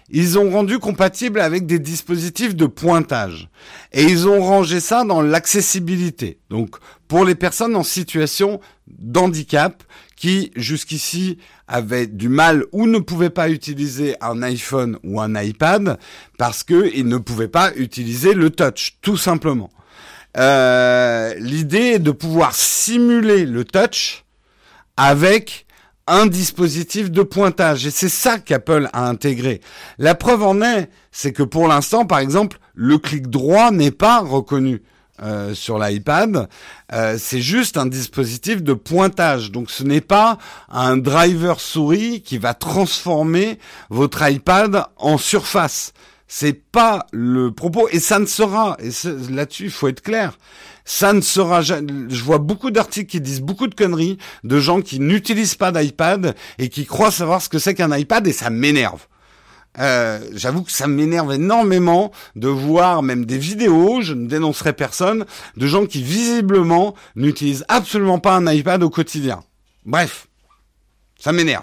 ils ont rendu compatible avec des dispositifs de pointage. Et ils ont rangé ça dans l'accessibilité. Donc, pour les personnes en situation d'handicap qui, jusqu'ici, avaient du mal ou ne pouvaient pas utiliser un iPhone ou un iPad parce qu'ils ne pouvaient pas utiliser le touch, tout simplement. Euh, l'idée est de pouvoir simuler le touch avec un dispositif de pointage. Et c'est ça qu'Apple a intégré. La preuve en est, c'est que pour l'instant, par exemple, le clic droit n'est pas reconnu euh, sur l'iPad. Euh, c'est juste un dispositif de pointage. Donc ce n'est pas un driver souris qui va transformer votre iPad en surface. C'est pas le propos, et ça ne sera, et là-dessus il faut être clair, ça ne sera jamais. Je vois beaucoup d'articles qui disent beaucoup de conneries de gens qui n'utilisent pas d'iPad et qui croient savoir ce que c'est qu'un iPad, et ça m'énerve. Euh, j'avoue que ça m'énerve énormément de voir même des vidéos, je ne dénoncerai personne, de gens qui visiblement n'utilisent absolument pas un iPad au quotidien. Bref, ça m'énerve.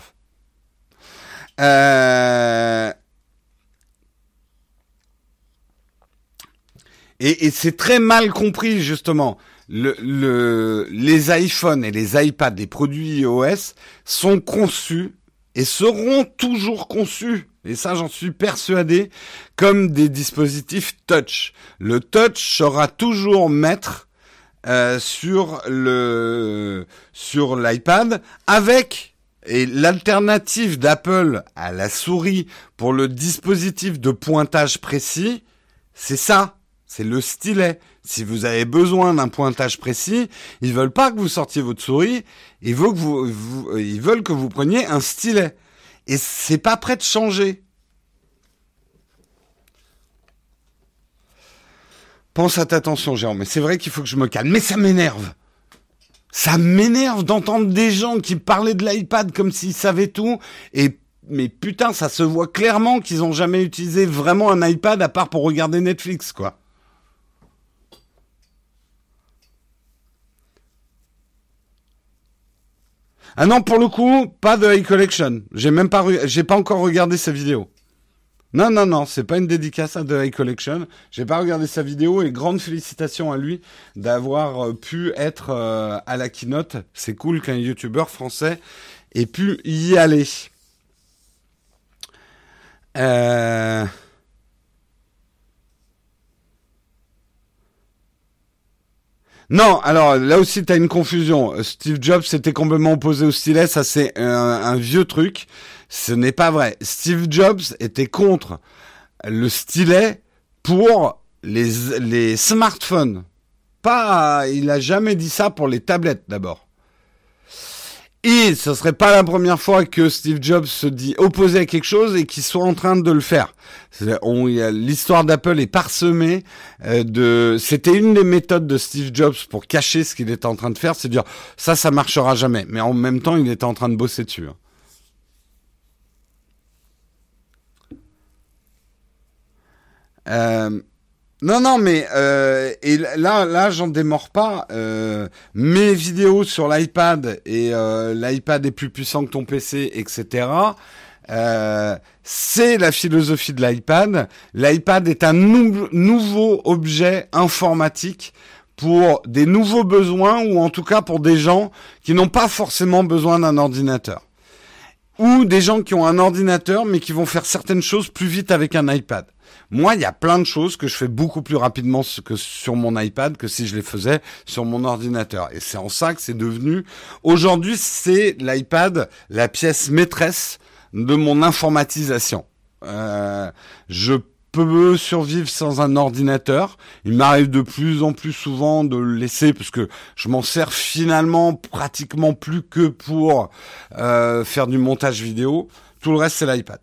Euh... Et, et c'est très mal compris, justement. Le, le, les iPhones et les iPads, les produits iOS, sont conçus et seront toujours conçus, et ça j'en suis persuadé, comme des dispositifs touch. Le touch sera toujours maître euh, sur le sur l'iPad, avec, et l'alternative d'Apple à la souris pour le dispositif de pointage précis, c'est ça. C'est le stylet. Si vous avez besoin d'un pointage précis, ils veulent pas que vous sortiez votre souris, ils veulent que vous, vous ils veulent que vous preniez un stylet. Et c'est pas prêt de changer. Pense à ta attention, Jérôme. Mais c'est vrai qu'il faut que je me calme. Mais ça m'énerve. Ça m'énerve d'entendre des gens qui parlaient de l'iPad comme s'ils savaient tout. Et mais putain, ça se voit clairement qu'ils ont jamais utilisé vraiment un iPad à part pour regarder Netflix, quoi. Ah non, pour le coup, pas de iCollection. J'ai même pas, re- j'ai pas encore regardé sa vidéo. Non, non, non, c'est pas une dédicace à de iCollection. J'ai pas regardé sa vidéo, et grande félicitations à lui d'avoir euh, pu être euh, à la keynote. C'est cool qu'un youtubeur français ait pu y aller. Euh... Non, alors là aussi t'as une confusion. Steve Jobs s'était complètement opposé au stylet, ça c'est un, un vieux truc. Ce n'est pas vrai. Steve Jobs était contre le stylet pour les, les smartphones. Pas, il a jamais dit ça pour les tablettes d'abord. Et ce serait pas la première fois que Steve Jobs se dit opposé à quelque chose et qu'il soit en train de le faire. On, l'histoire d'Apple est parsemée euh, de... C'était une des méthodes de Steve Jobs pour cacher ce qu'il était en train de faire, c'est de dire ça, ça marchera jamais. Mais en même temps, il était en train de bosser dessus. Euh... Non, non, mais euh, et là, là, j'en démords pas. Euh, mes vidéos sur l'iPad et euh, l'iPad est plus puissant que ton P C, et cetera. Euh, c'est la philosophie de l'iPad. L'iPad est un nou- nouveau objet informatique pour des nouveaux besoins, ou en tout cas pour des gens qui n'ont pas forcément besoin d'un ordinateur. Ou des gens qui ont un ordinateur mais qui vont faire certaines choses plus vite avec un iPad. Moi, il y a plein de choses que je fais beaucoup plus rapidement que sur mon iPad que si je les faisais sur mon ordinateur. Et c'est en ça que c'est devenu... Aujourd'hui, c'est l'iPad la pièce maîtresse de mon informatisation. Euh, je peux survivre sans un ordinateur. Il m'arrive de plus en plus souvent de le laisser parce que je m'en sers finalement pratiquement plus que pour euh, faire du montage vidéo. Tout le reste, c'est l'iPad.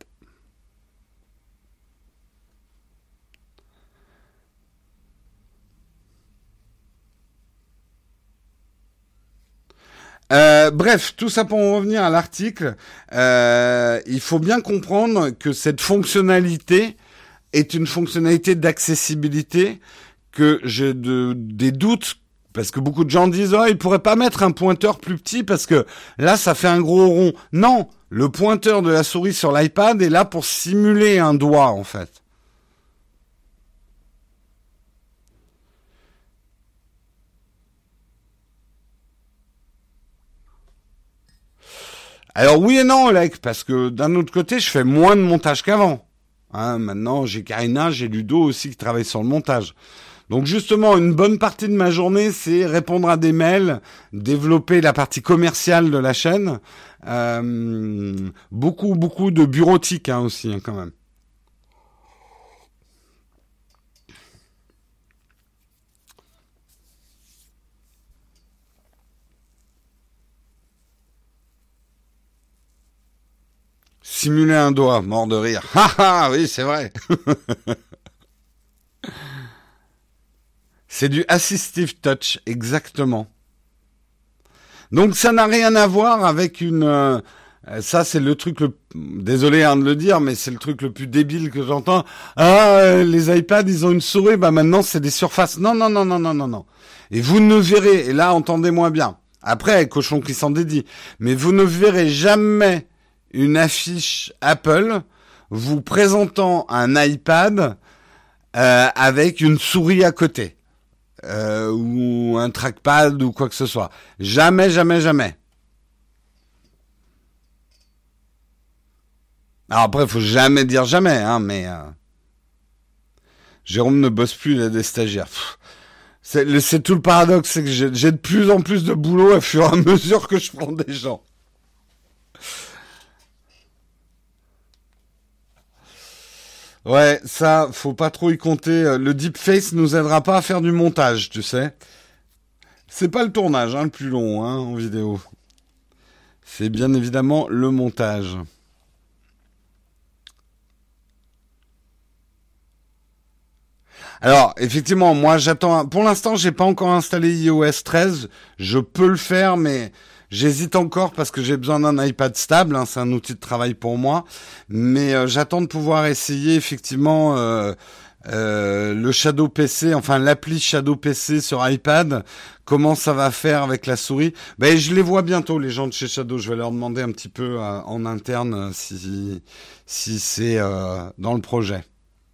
Euh, bref, tout ça pour en revenir à l'article. Euh, il faut bien comprendre que cette fonctionnalité est une fonctionnalité d'accessibilité, que j'ai de, des doutes parce que beaucoup de gens disent oh, il pourrait pas mettre un pointeur plus petit parce que là ça fait un gros rond. Non, le pointeur de la souris sur l'iPad est là pour simuler un doigt en fait. Alors oui et non, Olek, parce que d'un autre côté, je fais moins de montage qu'avant. Hein, maintenant, j'ai Karina, j'ai Ludo aussi qui travaillent sur le montage. Donc justement, une bonne partie de ma journée, c'est répondre à des mails, développer la partie commerciale de la chaîne. Euh, beaucoup, beaucoup de bureautique hein, aussi, hein, quand même. Simuler un doigt, mort de rire. Ah ah, oui, c'est vrai. C'est du assistive touch, exactement. Donc ça n'a rien à voir avec une... Euh, ça c'est le truc le... Désolé hein, de le dire, mais c'est le truc le plus débile que j'entends. Ah, euh, les iPads, ils ont une souris, bah maintenant c'est des surfaces. Non, non, non, non, non, non, non. Et vous ne verrez, et là entendez-moi bien, après, cochon qui s'en dédie, mais vous ne verrez jamais une affiche Apple vous présentant un iPad euh, avec une souris à côté. Euh, ou un trackpad ou quoi que ce soit. Jamais, jamais, jamais. Alors après, il faut jamais dire jamais, hein, mais euh... Jérôme ne bosse plus, il a des stagiaires. Pff, c'est, c'est tout le paradoxe, c'est que j'ai, j'ai de plus en plus de boulot à fur et à mesure que je prends des gens. Ouais, ça, faut pas trop y compter. Le deepface nous aidera pas à faire du montage, tu sais. C'est pas le tournage, hein, le plus long, hein, en vidéo. C'est bien évidemment le montage. Alors, effectivement, moi, j'attends... Pour l'instant, j'ai pas encore installé i O S treize. Je peux le faire, mais j'hésite encore parce que j'ai besoin d'un iPad stable. Hein, c'est un outil de travail pour moi. Mais euh, j'attends de pouvoir essayer, effectivement... Euh, Euh, le Shadow P C, enfin l'appli Shadow P C sur iPad, comment ça va faire avec la souris. Ben je les vois bientôt les gens de chez Shadow, je vais leur demander un petit peu euh, en interne euh, si si c'est euh, dans le projet.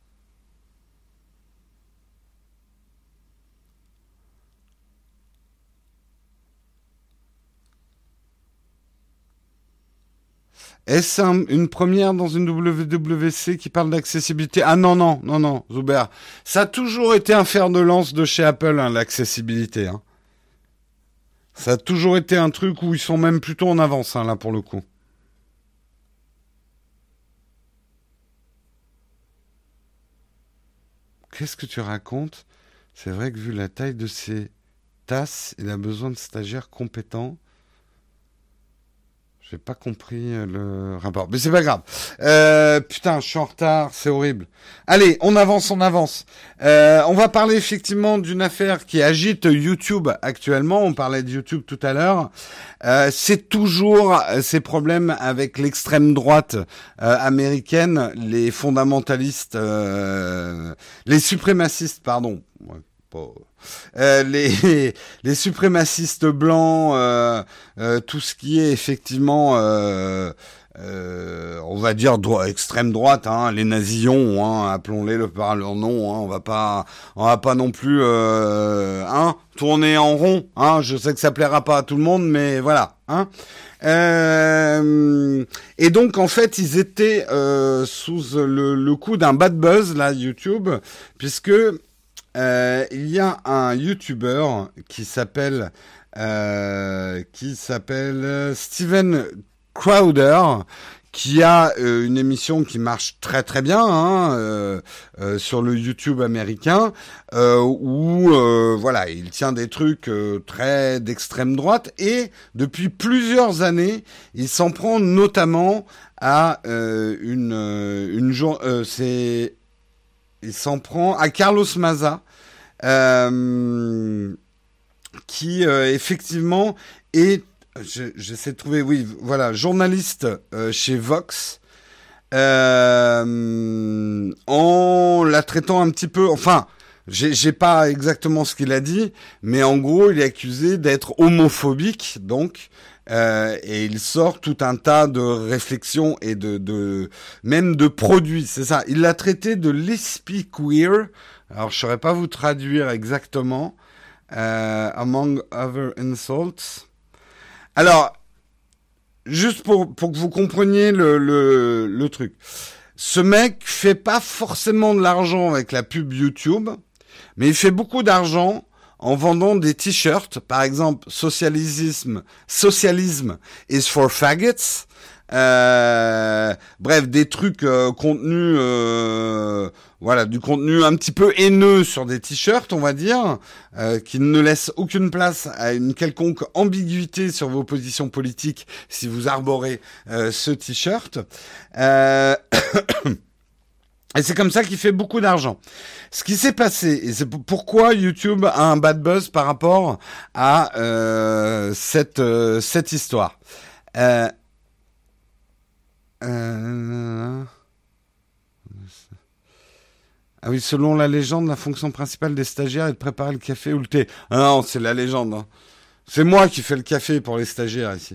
Est-ce un, une première dans une W W C qui parle d'accessibilité? Ah non, non, non, non, Zuber. Ça a toujours été un fer de lance de chez Apple, hein, l'accessibilité. Hein. Ça a toujours été un truc où ils sont même plutôt en avance, hein, là, pour le coup. Qu'est-ce que tu racontes? C'est vrai que vu la taille de ses tasses, il a besoin de stagiaires compétents. J'ai pas compris euh, le rapport. Mais c'est pas grave. Euh, putain, je suis en retard, c'est horrible. Allez, on avance, on avance. Euh, on va parler effectivement d'une affaire qui agite YouTube actuellement. On parlait de YouTube tout à l'heure. Euh, c'est toujours euh, ces problèmes avec l'extrême droite euh, américaine, les fondamentalistes, euh, les suprémacistes, pardon. Ouais, pas... Euh, les, les suprémacistes blancs, euh, euh, tout ce qui est effectivement, euh, euh, on va dire dro- extrême droite, hein, les nazillons, hein, appelons-les le par leur nom, hein, on va pas, on va pas non plus, euh, hein, tourner en rond, hein. Je sais que ça plaira pas à tout le monde, mais voilà, hein. Euh, et donc en fait ils étaient euh, sous le, le coup d'un bad buzz là YouTube, puisque Euh, il y a un YouTuber qui s'appelle euh, qui s'appelle Steven Crowder qui a euh, une émission qui marche très très bien hein, euh, euh, sur le YouTube américain euh, où euh, voilà il tient des trucs euh, très d'extrême droite et depuis plusieurs années il s'en prend notamment à euh, une une jour euh, c'est il s'en prend à Carlos Maza, euh, qui euh, effectivement est, je, j'essaie de trouver, oui, voilà, journaliste euh, chez Vox, euh, en la traitant un petit peu, enfin, J'ai, j'ai pas exactement ce qu'il a dit, mais en gros, il est accusé d'être homophobique, donc, euh, et il sort tout un tas de réflexions et de, de même de produits. C'est ça. Il l'a traité de lesbi queer. Alors, je saurais pas vous traduire exactement. Euh, among other insults. Alors, juste pour pour que vous compreniez le le, le truc. Ce mec fait pas forcément de l'argent avec la pub YouTube. Mais il fait beaucoup d'argent en vendant des t-shirts, par exemple, socialisme, socialisme is for faggots. Euh, bref, des trucs euh, contenus, euh, voilà, du contenu un petit peu haineux sur des t-shirts, on va dire, euh, qui ne laissent aucune place à une quelconque ambiguïté sur vos positions politiques si vous arborez euh, ce t-shirt. Euh... Et c'est comme ça qu'il fait beaucoup d'argent. Ce qui s'est passé, et c'est pourquoi YouTube a un bad buzz par rapport à euh, cette euh, cette histoire. Euh, euh, ah oui, selon la légende, la fonction principale des stagiaires est de préparer le café ou le thé. Ah non, c'est la légende. Hein. C'est moi qui fais le café pour les stagiaires ici.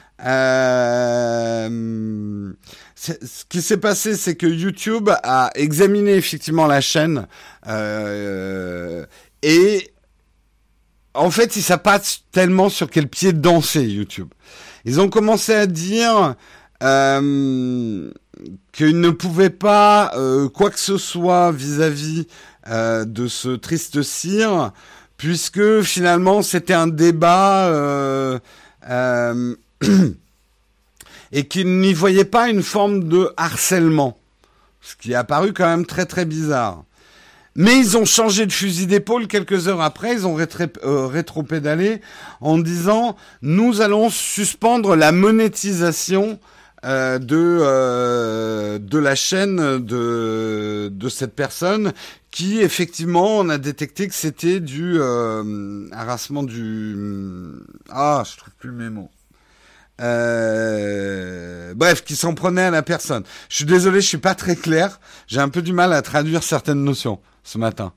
Euh, ce qui s'est passé, c'est que YouTube a examiné effectivement la chaîne euh, et en fait, ils savent pas tellement sur quel pied danser YouTube. Ils ont commencé à dire euh, qu'ils ne pouvaient pas euh, quoi que ce soit vis-à-vis euh, de ce triste cire, puisque finalement c'était un débat. Euh, euh, et qu'ils n'y voyaient pas une forme de harcèlement, ce qui est apparu quand même très très bizarre. Mais ils ont changé de fusil d'épaule quelques heures après, ils ont rétré- euh, rétropédalé en disant « Nous allons suspendre la monétisation euh, de euh, de la chaîne de de cette personne qui, effectivement, on a détecté que c'était du euh, harassement du... Ah, je trouve plus mes mots. Euh, bref, qui s'en prenait à la personne. Je suis désolé, je suis pas très clair. J'ai un peu du mal à traduire certaines notions ce matin.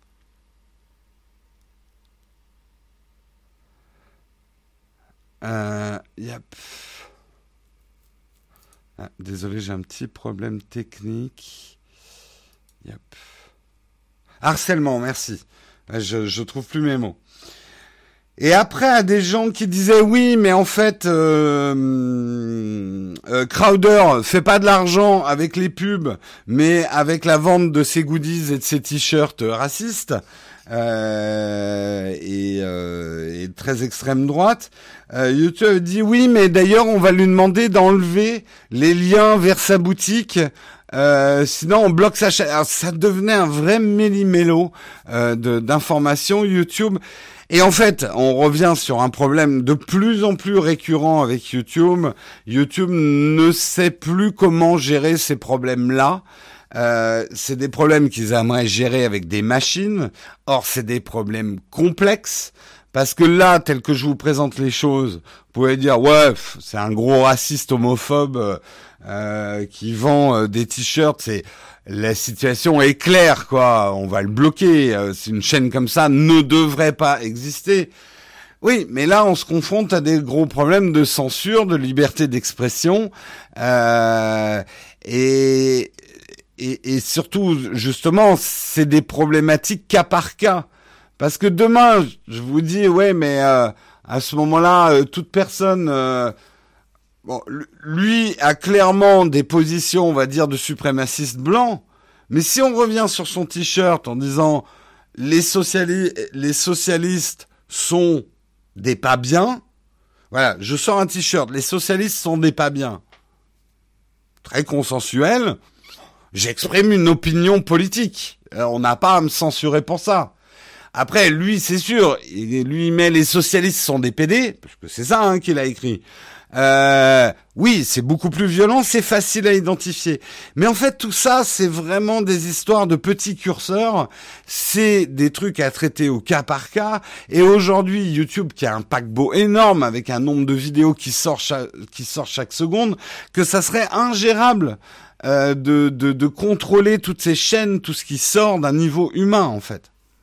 Euh, yep. Ah, désolé, j'ai un petit problème technique. Yep. Harcèlement, merci. Je, je trouve plus mes mots. Et après, à des gens qui disaient oui, mais en fait, euh, euh, Crowder fait pas de l'argent avec les pubs, mais avec la vente de ses goodies et de ses t-shirts racistes euh, et, euh, et très extrême droite. Euh, YouTube dit oui, mais d'ailleurs, on va lui demander d'enlever les liens vers sa boutique. Euh, sinon on bloque sa chaîne. Alors, ça devenait un vrai méli-mélo euh, de, d'informations YouTube. Et en fait, on revient sur un problème de plus en plus récurrent avec YouTube. YouTube ne sait plus comment gérer ces problèmes-là. Euh, c'est des problèmes qu'ils aimeraient gérer avec des machines. Or, c'est des problèmes complexes. Parce que là, tel que je vous présente les choses, vous pouvez dire, ouais, c'est un gros raciste homophobe euh, qui vend euh, des t-shirts. C'est la situation est claire, quoi. On va le bloquer. Euh, c'est une chaîne comme ça ne devrait pas exister. Oui, mais là, on se confronte à des gros problèmes de censure, de liberté d'expression, euh, et, et, et surtout, justement, c'est des problématiques cas par cas. Parce que demain, je vous dis, ouais, mais euh, à ce moment-là, euh, toute personne, euh, bon, lui a clairement des positions, on va dire, de suprémaciste blanc. Mais si on revient sur son t-shirt en disant les sociali- les socialistes sont des pas bien, voilà, je sors un t-shirt, les socialistes sont des pas bien, très consensuel. J'exprime une opinion politique. Alors, on n'a pas à me censurer pour ça. Après, lui, c'est sûr, il, lui, il met les socialistes sont des P D, parce que c'est ça hein, qu'il a écrit. Euh, oui, c'est beaucoup plus violent, c'est facile à identifier. Mais en fait, tout ça, c'est vraiment des histoires de petits curseurs. C'est des trucs à traiter au cas par cas. Et aujourd'hui, YouTube, qui a un paquebot énorme, avec un nombre de vidéos qui sort chaque, qui sort chaque seconde, que ça serait ingérable euh, de, de, de contrôler toutes ces chaînes, tout ce qui sort d'un niveau humain, en fait.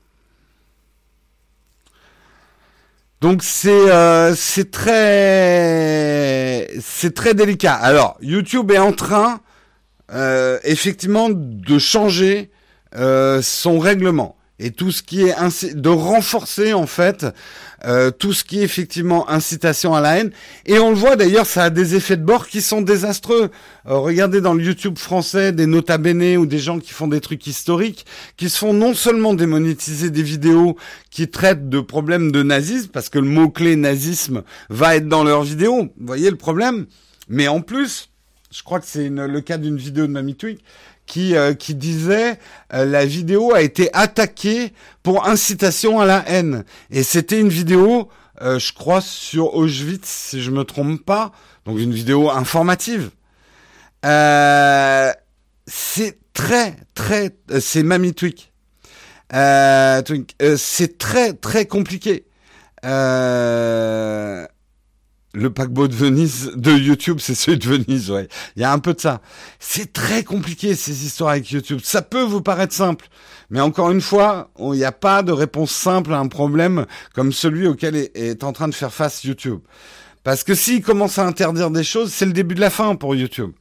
Donc c'est euh, c'est très c'est très délicat. Alors YouTube est en train euh, effectivement de changer euh, son règlement et tout ce qui est inci- de renforcer en fait euh, tout ce qui est effectivement incitation à la haine. Et on le voit d'ailleurs, ça a des effets de bord qui sont désastreux. Euh, regardez dans le YouTube français des nota bene ou des gens qui font des trucs historiques, qui se font non seulement démonétiser des vidéos qui traitent de problèmes de nazisme, parce que le mot-clé nazisme va être dans leurs vidéos, vous voyez le problème, mais en plus, je crois que c'est une, le cas d'une vidéo de Mamie Twig, qui euh, qui disait euh, la vidéo a été attaquée pour incitation à la haine. Et c'était une vidéo, euh, je crois, sur Auschwitz, si je me trompe pas, donc une vidéo informative. Euh, c'est très, très... Euh, c'est Mamie Twig. Euh, Twig. Euh, c'est très, très compliqué. Euh... Le paquebot de Venise, de YouTube, c'est celui de Venise, ouais. Il y a un peu de ça. C'est très compliqué, ces histoires avec YouTube. Ça peut vous paraître simple. Mais encore une fois, il n'y a pas de réponse simple à un problème comme celui auquel est, est en train de faire face YouTube. Parce que s'il commence à interdire des choses, c'est le début de la fin pour YouTube.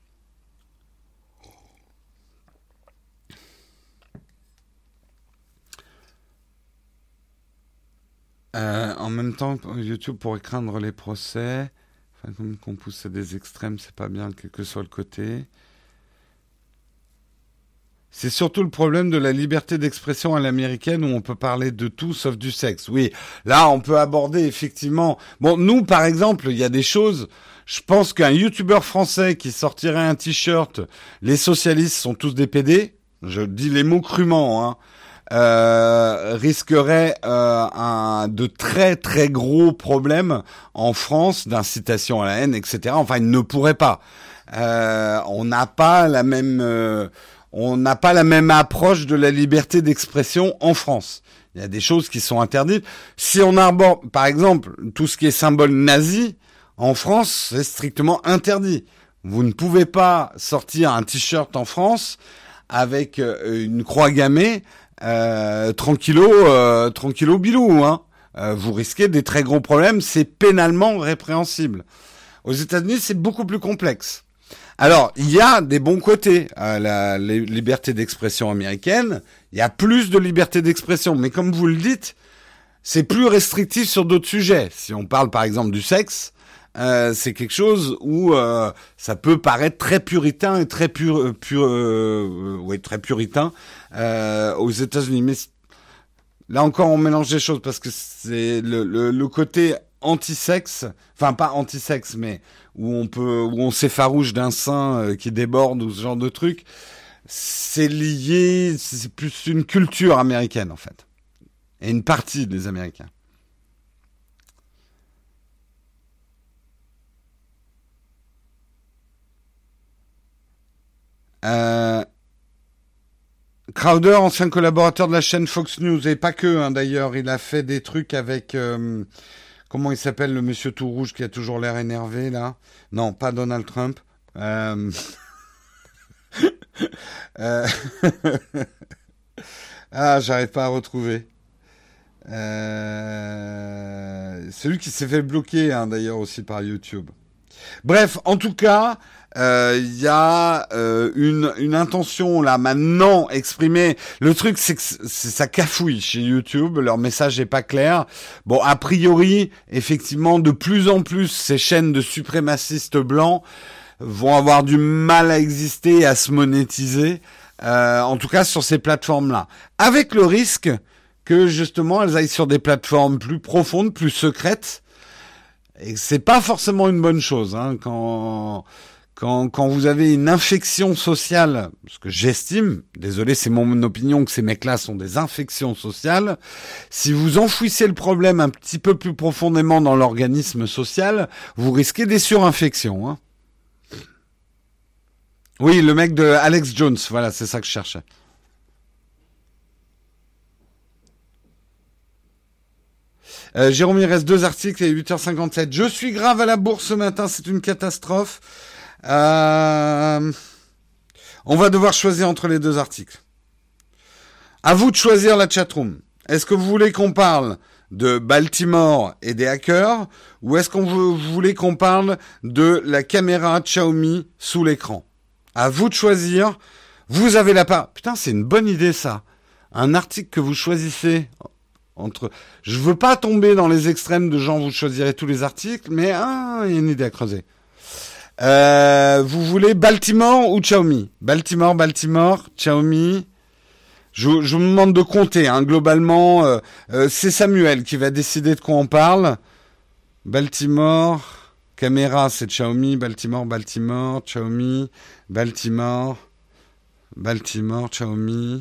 Euh, en même temps, YouTube pourrait craindre les procès. Enfin, comme qu'on pousse à des extrêmes, c'est pas bien, quel que soit le côté. C'est surtout le problème de la liberté d'expression à l'américaine où on peut parler de tout sauf du sexe. Oui, là, on peut aborder effectivement... Bon, nous, par exemple, il y a des choses... Je pense qu'un YouTuber français qui sortirait un t-shirt « Les socialistes sont tous des pédés », je dis les mots crûment, hein, Euh, risquerait euh, un de très très gros problèmes en France d'incitation à la haine, et cetera. Enfin, il ne pourrait pas. Euh, on n'a pas la même, euh, on n'a pas la même approche de la liberté d'expression en France. Il y a des choses qui sont interdites. Si on arbore, par exemple, tout ce qui est symbole nazi en France, c'est strictement interdit. Vous ne pouvez pas sortir un t-shirt en France avec euh, une croix gammée. Euh, tranquillo, euh, tranquillo bilou, hein. Euh, vous risquez des très gros problèmes, c'est pénalement répréhensible. Aux États-Unis, c'est beaucoup plus complexe. Alors, il y a des bons côtés à la, la liberté d'expression américaine. Il y a plus de liberté d'expression, mais comme vous le dites, c'est plus restrictif sur d'autres sujets. Si on parle par exemple du sexe, euh, c'est quelque chose où euh, ça peut paraître très puritain et très pur, pur, euh, oui, très puritain euh, aux États-Unis. Mais là encore, on mélange des choses parce que c'est le, le, le côté anti-sexe, enfin pas anti-sexe, mais où on peut, où on s'effarouche d'un sein euh, qui déborde ou ce genre de truc. C'est lié, c'est plus une culture américaine en fait, et une partie des Américains. Euh, Crowder, ancien collaborateur de la chaîne Fox News, et pas que, hein, d'ailleurs, il a fait des trucs avec, euh, comment il s'appelle, le monsieur tout rouge qui a toujours l'air énervé, là? Non, pas Donald Trump. Euh... euh... ah, j'arrive pas à retrouver. Euh... Celui qui s'est fait bloquer, hein, d'ailleurs, aussi par YouTube. Bref, en tout cas, il euh, y a euh, une, une intention là maintenant exprimée. Le truc, c'est que c'est, ça cafouille chez YouTube. Leur message est pas clair. Bon, a priori, effectivement, de plus en plus, ces chaînes de suprémacistes blancs vont avoir du mal à exister et à se monétiser. Euh, en tout cas, sur ces plateformes-là, avec le risque que justement, elles aillent sur des plateformes plus profondes, plus secrètes. Et c'est pas forcément une bonne chose, hein, quand, quand, quand vous avez une infection sociale, parce que j'estime, désolé, c'est mon opinion que ces mecs-là sont des infections sociales, si vous enfouissez le problème un petit peu plus profondément dans l'organisme social, vous risquez des surinfections, hein. Oui, le mec de Alex Jones, voilà, c'est ça que je cherchais. Euh, Jérôme, il reste deux articles et huit heures cinquante-sept. Je suis grave à la bourse ce matin, c'est une catastrophe. Euh... On va devoir choisir entre les deux articles. À vous de choisir la chatroom. Est-ce que vous voulez qu'on parle de Baltimore et des hackers, ou est-ce qu'on vous, vous voulez qu'on parle de la caméra Xiaomi sous l'écran? À vous de choisir. Vous avez la part. Putain, c'est une bonne idée ça. Un article que vous choisissez entre. Je veux pas tomber dans les extrêmes de gens, vous choisirez tous les articles, mais ah, il y a une idée à creuser. Euh, vous voulez Baltimore ou Xiaomi? Baltimore, Baltimore, Xiaomi. Je, je vous demande de compter. Hein. Globalement, euh, euh, c'est Samuel qui va décider de quoi on parle. Baltimore, caméra, c'est Xiaomi. Baltimore, Baltimore, Xiaomi, Baltimore, Baltimore, Xiaomi.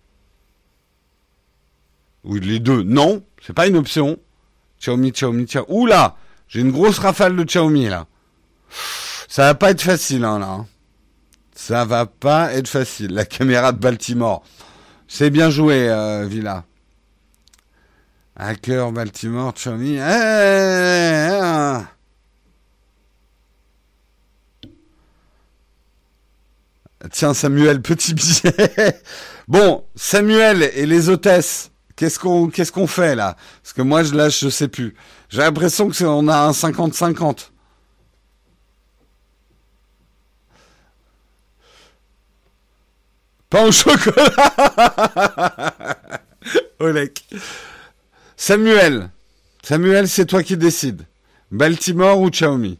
Oui, les deux. Non, c'est pas une option. Xiaomi, Xiaomi, Xiaomi. Oula, j'ai une grosse rafale de Xiaomi là. Ça va pas être facile, hein, là. Ça va pas être facile. La caméra de Baltimore. C'est bien joué, euh, Villa. Hacker, Baltimore, Xiaomi. Eh, eh, eh. Tiens, Samuel, petit billet. Bon, Samuel et les hôtesses. Qu'est-ce qu'on, qu'est-ce qu'on fait, là? Parce que moi, je lâche, je sais plus. J'ai l'impression que c'est, on a un cinquante cinquante. Pain au chocolat. Olek. Samuel. Samuel, c'est toi qui décides. Baltimore ou Xiaomi?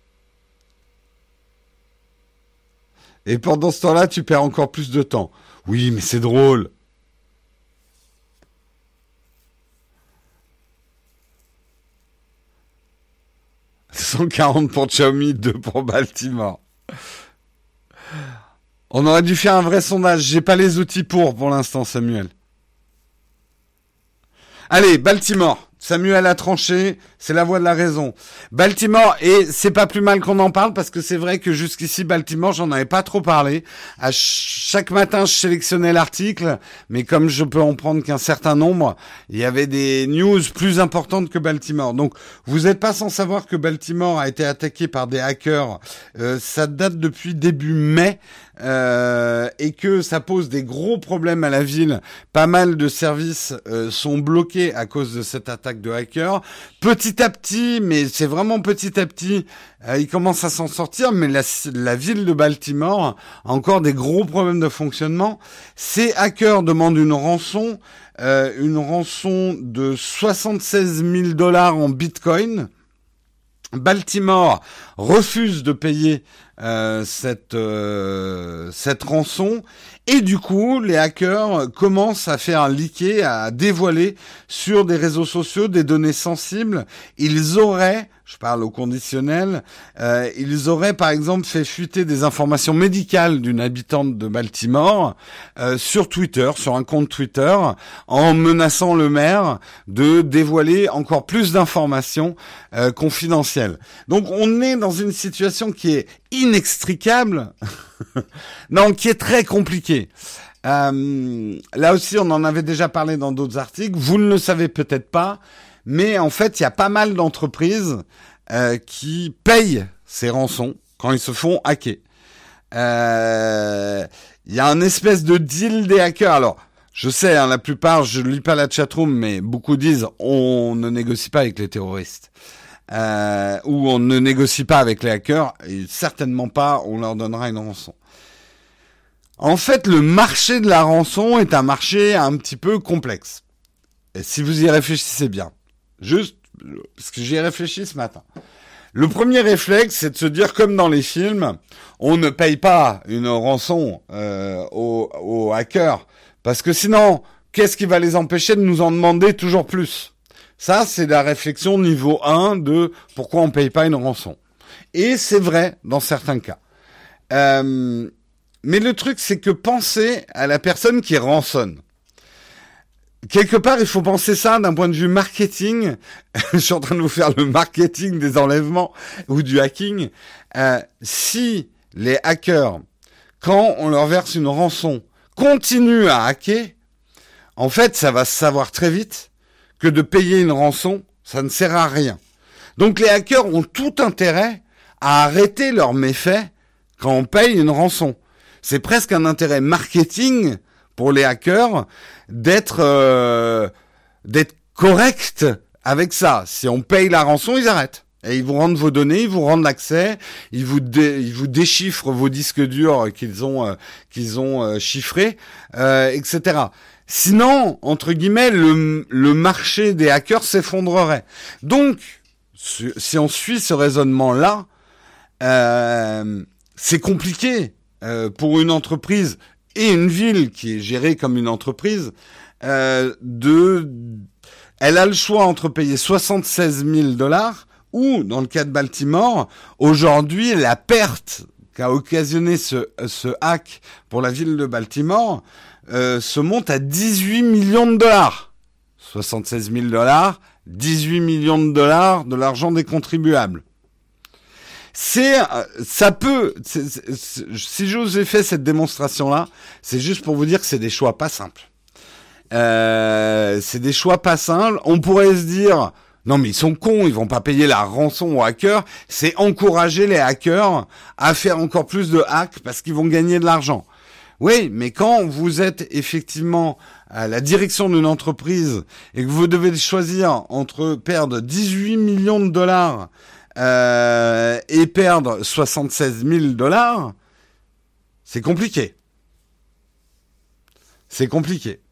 Et pendant ce temps-là, tu perds encore plus de temps. Oui, mais c'est drôle. cent quarante pour Xiaomi, deux pour Baltimore. On aurait dû faire un vrai sondage. J'ai pas les outils pour, pour l'instant, Samuel. Allez, Baltimore. Samuel a tranché, c'est la voix de la raison. Baltimore, et c'est pas plus mal qu'on en parle parce que c'est vrai que jusqu'ici, Baltimore, j'en avais pas trop parlé. À ch- chaque matin, je sélectionnais l'article, mais comme je peux en prendre qu'un certain nombre, il y avait des news plus importantes que Baltimore. Donc, vous n'êtes pas sans savoir que Baltimore a été attaqué par des hackers. Euh, ça date depuis début mai. Euh, et que ça pose des gros problèmes à la ville. Pas mal de services euh, sont bloqués à cause de cette attaque de hackers. Petit à petit, mais c'est vraiment petit à petit, euh, ils commencent à s'en sortir, mais la, la ville de Baltimore a encore des gros problèmes de fonctionnement. Ces hackers demandent une rançon, euh, une rançon de soixante-seize mille dollars en bitcoin. Baltimore refuse de payer euh, cette euh, cette rançon et du coup les hackers commencent à faire leaker, à dévoiler sur des réseaux sociaux des données sensibles. Ils auraient, je parle au conditionnel, euh, ils auraient par exemple fait fuiter des informations médicales d'une habitante de Baltimore euh, sur Twitter, sur un compte Twitter, en menaçant le maire de dévoiler encore plus d'informations euh, confidentielles. Donc on est dans une situation qui est inextricable, non, qui est très compliquée. Euh, là aussi, on en avait déjà parlé dans d'autres articles. Vous ne le savez peut-être pas, mais en fait, il y a pas mal d'entreprises euh, qui payent ces rançons quand ils se font hacker. Euh, il y a un espèce de deal des hackers. Alors, je sais, hein, la plupart, je lis pas la chatroom, mais beaucoup disent on ne négocie pas avec les terroristes. Euh, ou on ne négocie pas avec les hackers, et certainement pas on leur donnera une rançon. En fait, le marché de la rançon est un marché un petit peu complexe. Et si vous y réfléchissez bien, juste parce que j'y ai réfléchi ce matin. Le premier réflexe, c'est de se dire, comme dans les films, on ne paye pas une rançon euh, aux, aux hackers, parce que sinon, qu'est-ce qui va les empêcher de nous en demander toujours plus ? Ça, c'est la réflexion niveau un de pourquoi on paye pas une rançon. Et c'est vrai dans certains cas. Euh, mais le truc, c'est que pensez à la personne qui rançonne. Quelque part, il faut penser ça d'un point de vue marketing. Je suis en train de vous faire le marketing des enlèvements ou du hacking. Euh, si les hackers, quand on leur verse une rançon, continuent à hacker, en fait, ça va se savoir très vite que de payer une rançon, ça ne sert à rien. Donc les hackers ont tout intérêt à arrêter leurs méfaits quand on paye une rançon. C'est presque un intérêt marketing pour les hackers d'être euh, d'être correct avec ça. Si on paye la rançon, ils arrêtent. Et ils vous rendent vos données, ils vous rendent l'accès, ils vous dé, ils vous déchiffrent vos disques durs qu'ils ont euh, qu'ils ont euh, chiffrés, euh, et cetera. Sinon, entre guillemets, le, le marché des hackers s'effondrerait. Donc, si on suit ce raisonnement-là, euh, c'est compliqué euh, pour une entreprise et une ville qui est gérée comme une entreprise euh, de... Elle a le choix entre payer soixante-seize mille dollars ou, dans le cas de Baltimore, aujourd'hui, la perte qu'a occasionné ce, ce hack pour la ville de Baltimore euh, se monte à dix-huit millions de dollars. soixante-seize mille dollars, dix-huit millions de dollars de l'argent des contribuables. C'est, ça peut, c'est, c'est, si je vous ai fait cette démonstration-là, c'est juste pour vous dire que c'est des choix pas simples. Euh, c'est des choix pas simples. On pourrait se dire, non mais ils sont cons, ils vont pas payer la rançon aux hackers. C'est encourager les hackers à faire encore plus de hacks parce qu'ils vont gagner de l'argent. Oui, mais quand vous êtes effectivement à la direction d'une entreprise et que vous devez choisir entre perdre dix-huit millions de dollars euh, et perdre soixante-seize mille dollars, c'est compliqué. C'est compliqué.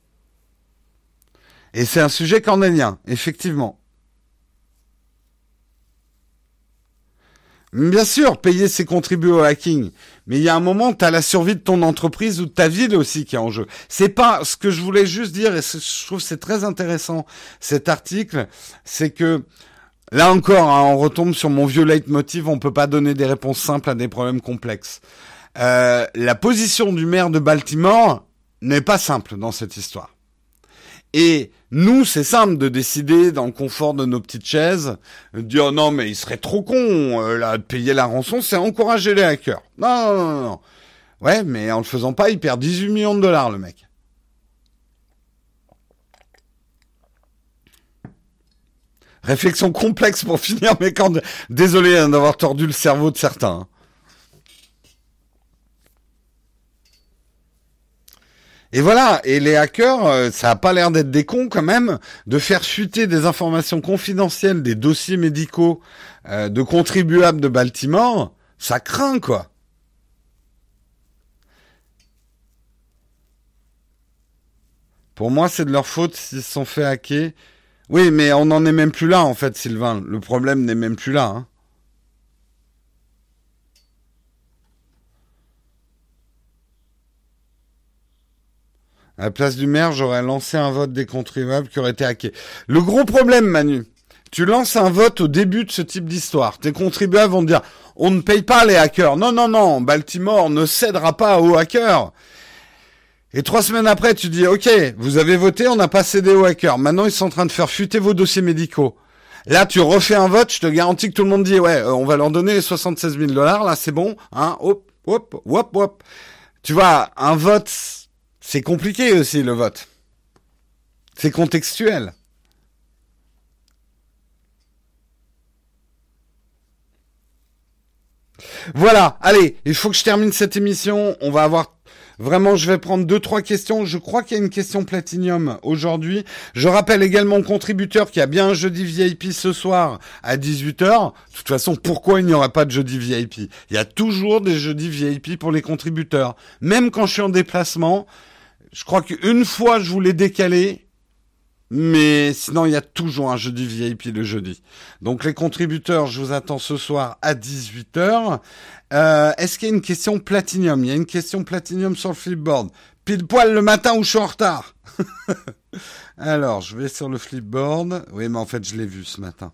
Et c'est un sujet cornélien, effectivement. Bien sûr, payer c'est contribuer au hacking, mais il y a un moment, tu as la survie de ton entreprise ou de ta ville aussi qui est en jeu. C'est pas ce que je voulais juste dire, et je trouve que c'est très intéressant cet article, c'est que là encore, hein, on retombe sur mon vieux leitmotiv, on peut pas donner des réponses simples à des problèmes complexes. Euh, la position du maire de Baltimore n'est pas simple dans cette histoire. Et nous, c'est simple de décider dans le confort de nos petites chaises, de dire non mais il serait trop con euh, là de payer la rançon, c'est encourager les hackers. Non, non, non, non. Ouais, mais en le faisant pas, il perd dix-huit millions de dollars le mec. Réflexion complexe pour finir, mais quand désolé hein, d'avoir tordu le cerveau de certains. Hein. Et voilà, et les hackers, euh, ça a pas l'air d'être des cons quand même, de faire fuiter des informations confidentielles des dossiers médicaux euh, de contribuables de Baltimore, ça craint quoi. Pour moi, c'est de leur faute s'ils se sont fait hacker. Oui, mais on n'en est même plus là en fait, Sylvain. Le problème n'est même plus là. Hein. À la place du maire, j'aurais lancé un vote des contribuables qui aurait été hacké. Le gros problème, Manu, tu lances un vote au début de ce type d'histoire. Tes contribuables vont te dire, on ne paye pas les hackers. Non, non, non, Baltimore ne cédera pas aux hackers. Et trois semaines après, tu dis, ok, vous avez voté, on n'a pas cédé aux hackers. Maintenant, ils sont en train de faire fuiter vos dossiers médicaux. Là, tu refais un vote, je te garantis que tout le monde dit, ouais, on va leur donner les soixante-seize mille dollars, là, c'est bon, hein, hop, hop, hop, hop. Tu vois, un vote... C'est compliqué aussi, le vote. C'est contextuel. Voilà, allez, il faut que je termine cette émission. On va avoir... Vraiment, je vais prendre deux, trois questions. Je crois qu'il y a une question Platinium aujourd'hui. Je rappelle également aux contributeurs qu'il y a bien un jeudi V I P ce soir à dix-huit heures. De toute façon, pourquoi il n'y aurait pas de jeudi V I P ? Il y a toujours des jeudis V I P pour les contributeurs. Même quand je suis en déplacement... Je crois qu'une fois, je voulais décaler, mais sinon, il y a toujours un jeudi V I P le jeudi. Donc, les contributeurs, je vous attends ce soir à dix-huit heures. Euh, est-ce qu'il y a une question Platinium ? Il y a une question Platinium sur le Flipboard. Pile poil le matin où je suis en retard. Alors, je vais sur le Flipboard. Oui, mais en fait, je l'ai vu ce matin.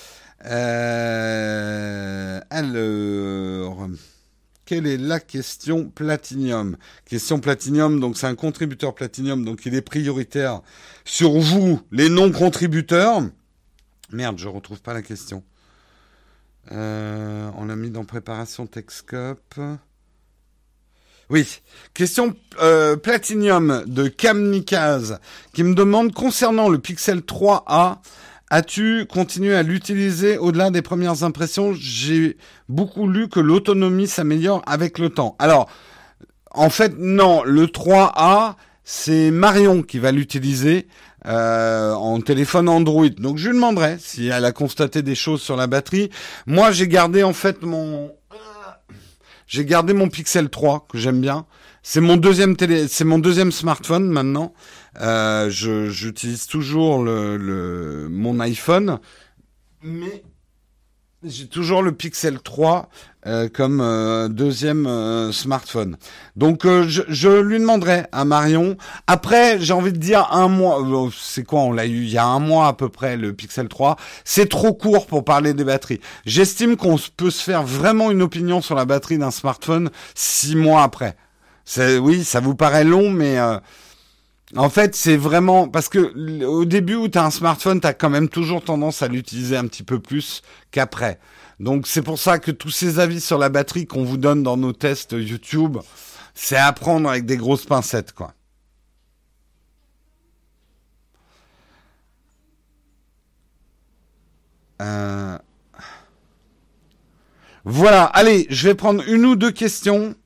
Euh, alors... Quelle est la question Platinium ? Question Platinium, donc c'est un contributeur Platinium, donc il est prioritaire sur vous, les non-contributeurs. Merde, je retrouve pas la question. Euh, on l'a mis dans préparation Techscope. Oui, question euh, Platinium de Kamnikaz qui me demande concernant le Pixel trois A. As-tu continué à l'utiliser au-delà des premières impressions ? J'ai beaucoup lu que l'autonomie s'améliore avec le temps. Alors, en fait, non. Le trois A, c'est Marion qui va l'utiliser. euh, en téléphone Android. Donc je lui demanderai si elle a constaté des choses sur la batterie. Moi, j'ai gardé en fait mon, j'ai gardé mon Pixel trois que j'aime bien. C'est mon deuxième télé, c'est mon deuxième smartphone maintenant. Euh, je, j'utilise toujours le, le mon iPhone, mais j'ai toujours le Pixel trois euh, comme euh, deuxième euh, smartphone. Donc euh, je, je lui demanderai à Marion. Après, j'ai envie de dire un mois. Euh, c'est quoi? On l'a eu il y a un mois à peu près, le Pixel trois. C'est trop court pour parler des batteries. J'estime qu'on peut se faire vraiment une opinion sur la batterie d'un smartphone six mois après. C'est, oui, ça vous paraît long, mais euh, en fait, c'est vraiment parce que au début où tu as un smartphone, tu as quand même toujours tendance à l'utiliser un petit peu plus qu'après. Donc c'est pour ça que tous ces avis sur la batterie qu'on vous donne dans nos tests YouTube, c'est à prendre avec des grosses pincettes, quoi. Euh... Voilà, allez, je vais prendre une ou deux questions.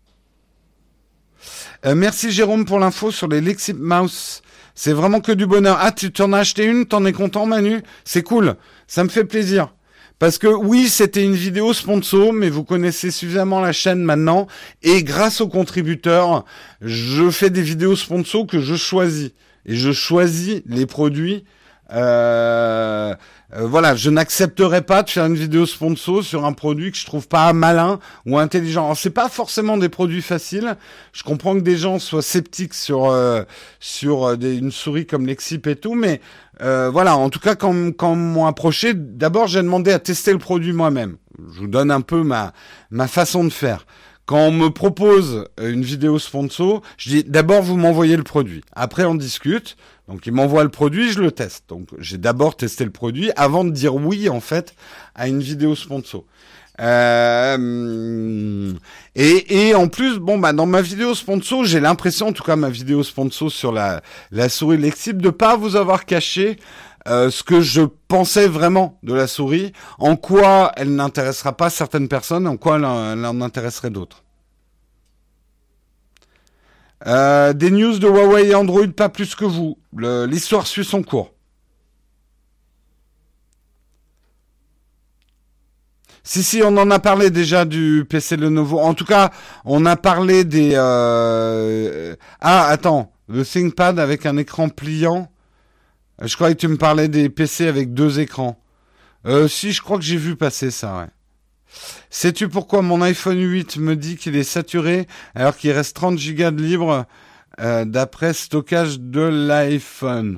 Euh, merci Jérôme pour l'info sur les Lexip Mouse. C'est vraiment que du bonheur. Ah, tu t'en as acheté une, t'en es content Manu? C'est cool, ça me fait plaisir. Parce que oui, c'était une vidéo sponsor, mais vous connaissez suffisamment la chaîne maintenant. Et grâce aux contributeurs, je fais des vidéos sponsor que je choisis. Et je choisis les produits. Euh, euh, voilà, je n'accepterai pas de faire une vidéo sponsor sur un produit que je trouve pas malin ou intelligent. Alors c'est pas forcément des produits faciles. Je comprends que des gens soient sceptiques sur euh, sur euh, des, une souris comme Lexip et tout, mais euh, voilà. En tout cas, quand quand on m'ont approché, d'abord j'ai demandé à tester le produit moi-même. Je vous donne un peu ma ma façon de faire. Quand on me propose une vidéo sponsor, je dis d'abord vous m'envoyez le produit. Après on discute. Donc il m'envoie le produit, je le teste. Donc j'ai d'abord testé le produit avant de dire oui en fait à une vidéo sponsor. Euh, et, et en plus, bon bah dans ma vidéo sponsor, j'ai l'impression, en tout cas ma vidéo sponsor sur la la souris Lexip, de pas vous avoir caché euh, ce que je pensais vraiment de la souris, en quoi elle n'intéressera pas certaines personnes, en quoi elle en, elle en intéresserait d'autres. Euh, des news de Huawei et Android, pas plus que vous. Le, l'histoire suit son cours. Si, si, on en a parlé déjà du P C Lenovo. En tout cas, on a parlé des... Euh... Ah, attends. Le ThinkPad avec un écran pliant. Je croyais que tu me parlais des P C avec deux écrans. Euh, si, je crois que j'ai vu passer ça, ouais. Sais-tu pourquoi mon iPhone huit me dit qu'il est saturé alors qu'il reste trente gigas de libre euh, d'après stockage de l'iPhone?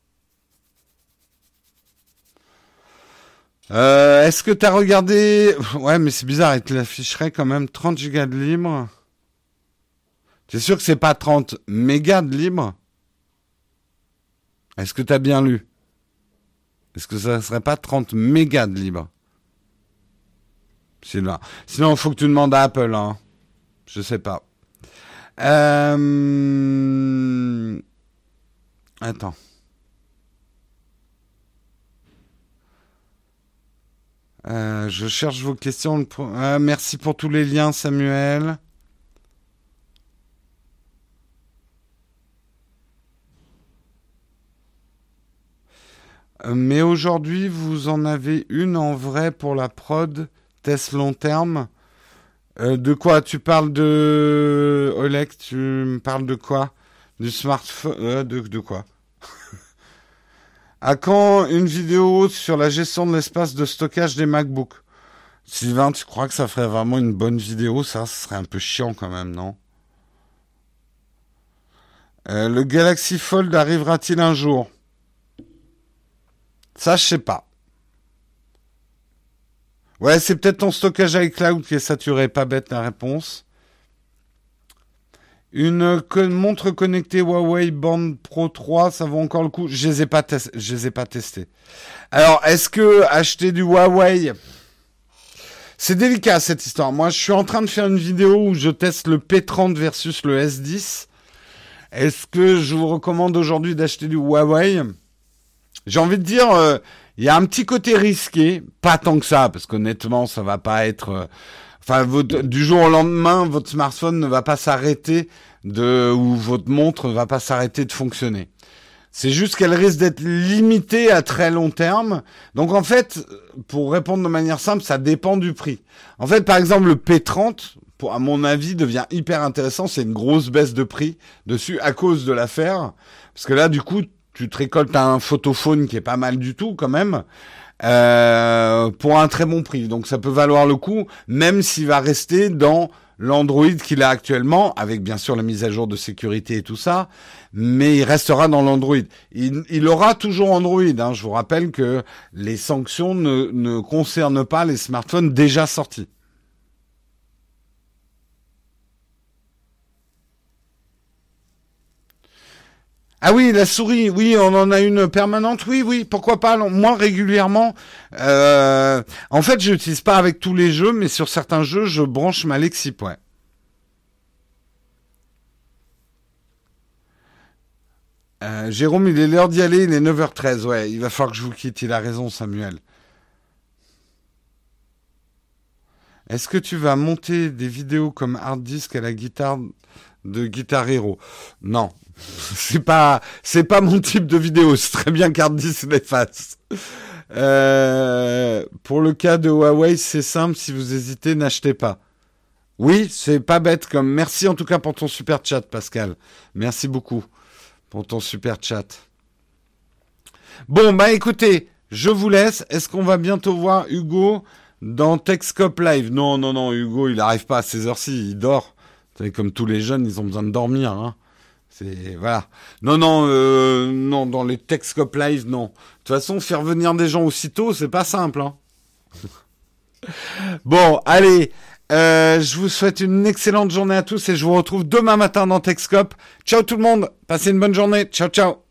euh, Est-ce que tu as regardé... Ouais, mais c'est bizarre, il te l'afficherait quand même trente gigas de libre. T'es sûr que c'est pas trente mégas de libre? Est-ce que tu as bien lu? Est-ce que ça serait pas trente mégas de libre? Sinon, sinon, il faut que tu demandes à Apple, hein. Je sais pas. Euh... Attends. Euh, je cherche vos questions. Euh, merci pour tous les liens, Samuel. Euh, mais aujourd'hui, vous en avez une en vrai pour la prod, test long terme. Euh, de quoi tu parles de Oleg? Tu me parles de quoi? Du smartphone? euh, de, de quoi? À quand une vidéo sur la gestion de l'espace de stockage des MacBooks? Sylvain, tu crois que ça ferait vraiment une bonne vidéo? Ça, ce serait un peu chiant quand même, non? euh, Le Galaxy Fold arrivera-t-il un jour? Ça, je sais pas. Ouais, c'est peut-être ton stockage iCloud qui est saturé. Pas bête la réponse. Une co- montre connectée Huawei Band Pro trois, ça vaut encore le coup? Je les ai pas, tes- je les ai pas testés. Alors, est-ce que acheter du Huawei... C'est délicat cette histoire. Moi, je suis en train de faire une vidéo où je teste le P trente versus le S dix. Est-ce que je vous recommande aujourd'hui d'acheter du Huawei? J'ai envie de dire, euh, il y a un petit côté risqué, pas tant que ça, parce qu'honnêtement, ça va pas être... euh, Enfin, votre, du jour au lendemain, votre smartphone ne va pas s'arrêter de... ou votre montre ne va pas s'arrêter de fonctionner. C'est juste qu'elle risque d'être limitée à très long terme. Donc en fait, pour répondre de manière simple, ça dépend du prix. En fait, par exemple, le P trente, pour, à mon avis, devient hyper intéressant. C'est une grosse baisse de prix dessus à cause de l'affaire. Parce que là, du coup, tu te récoltes un photophone qui est pas mal du tout quand même. Euh, pour un très bon prix. Donc ça peut valoir le coup, même s'il va rester dans l'Android qu'il a actuellement, avec bien sûr la mise à jour de sécurité et tout ça, mais il restera dans l'Android. Il, il aura toujours Android. Hein. Je vous rappelle que les sanctions ne, ne concernent pas les smartphones déjà sortis. Ah oui, la souris, oui, on en a une permanente, oui, oui, pourquoi pas, non, moi régulièrement, euh, en fait, je l'utilise pas avec tous les jeux, mais sur certains jeux, je branche ma Lexip, ouais. Euh, Jérôme, il est l'heure d'y aller, il est neuf heures treize, ouais, il va falloir que je vous quitte, il a raison, Samuel. Est-ce que tu vas monter des vidéos comme hard disk à la guitare de Guitar Hero? Non, c'est pas, c'est pas mon type de vidéo. C'est très bien qu'hard disk les fasse. Euh, pour le cas de Huawei, c'est simple. Si vous hésitez, n'achetez pas. Oui, c'est pas bête comme. Merci en tout cas pour ton super chat, Pascal. Merci beaucoup pour ton super chat. Bon, bah écoutez, je vous laisse. Est-ce qu'on va bientôt voir Hugo dans Techscope Live? Non, non, non, Hugo, il n'arrive pas à ces heures-ci, il dort. Vous savez, comme tous les jeunes, ils ont besoin de dormir. Hein. C'est voilà. Non, non, euh, non, dans les Techscope Live, non. De toute façon, faire venir des gens aussitôt, c'est pas simple. Hein. Bon, allez, euh, je vous souhaite une excellente journée à tous et je vous retrouve demain matin dans Techscope. Ciao tout le monde, passez une bonne journée. Ciao, ciao.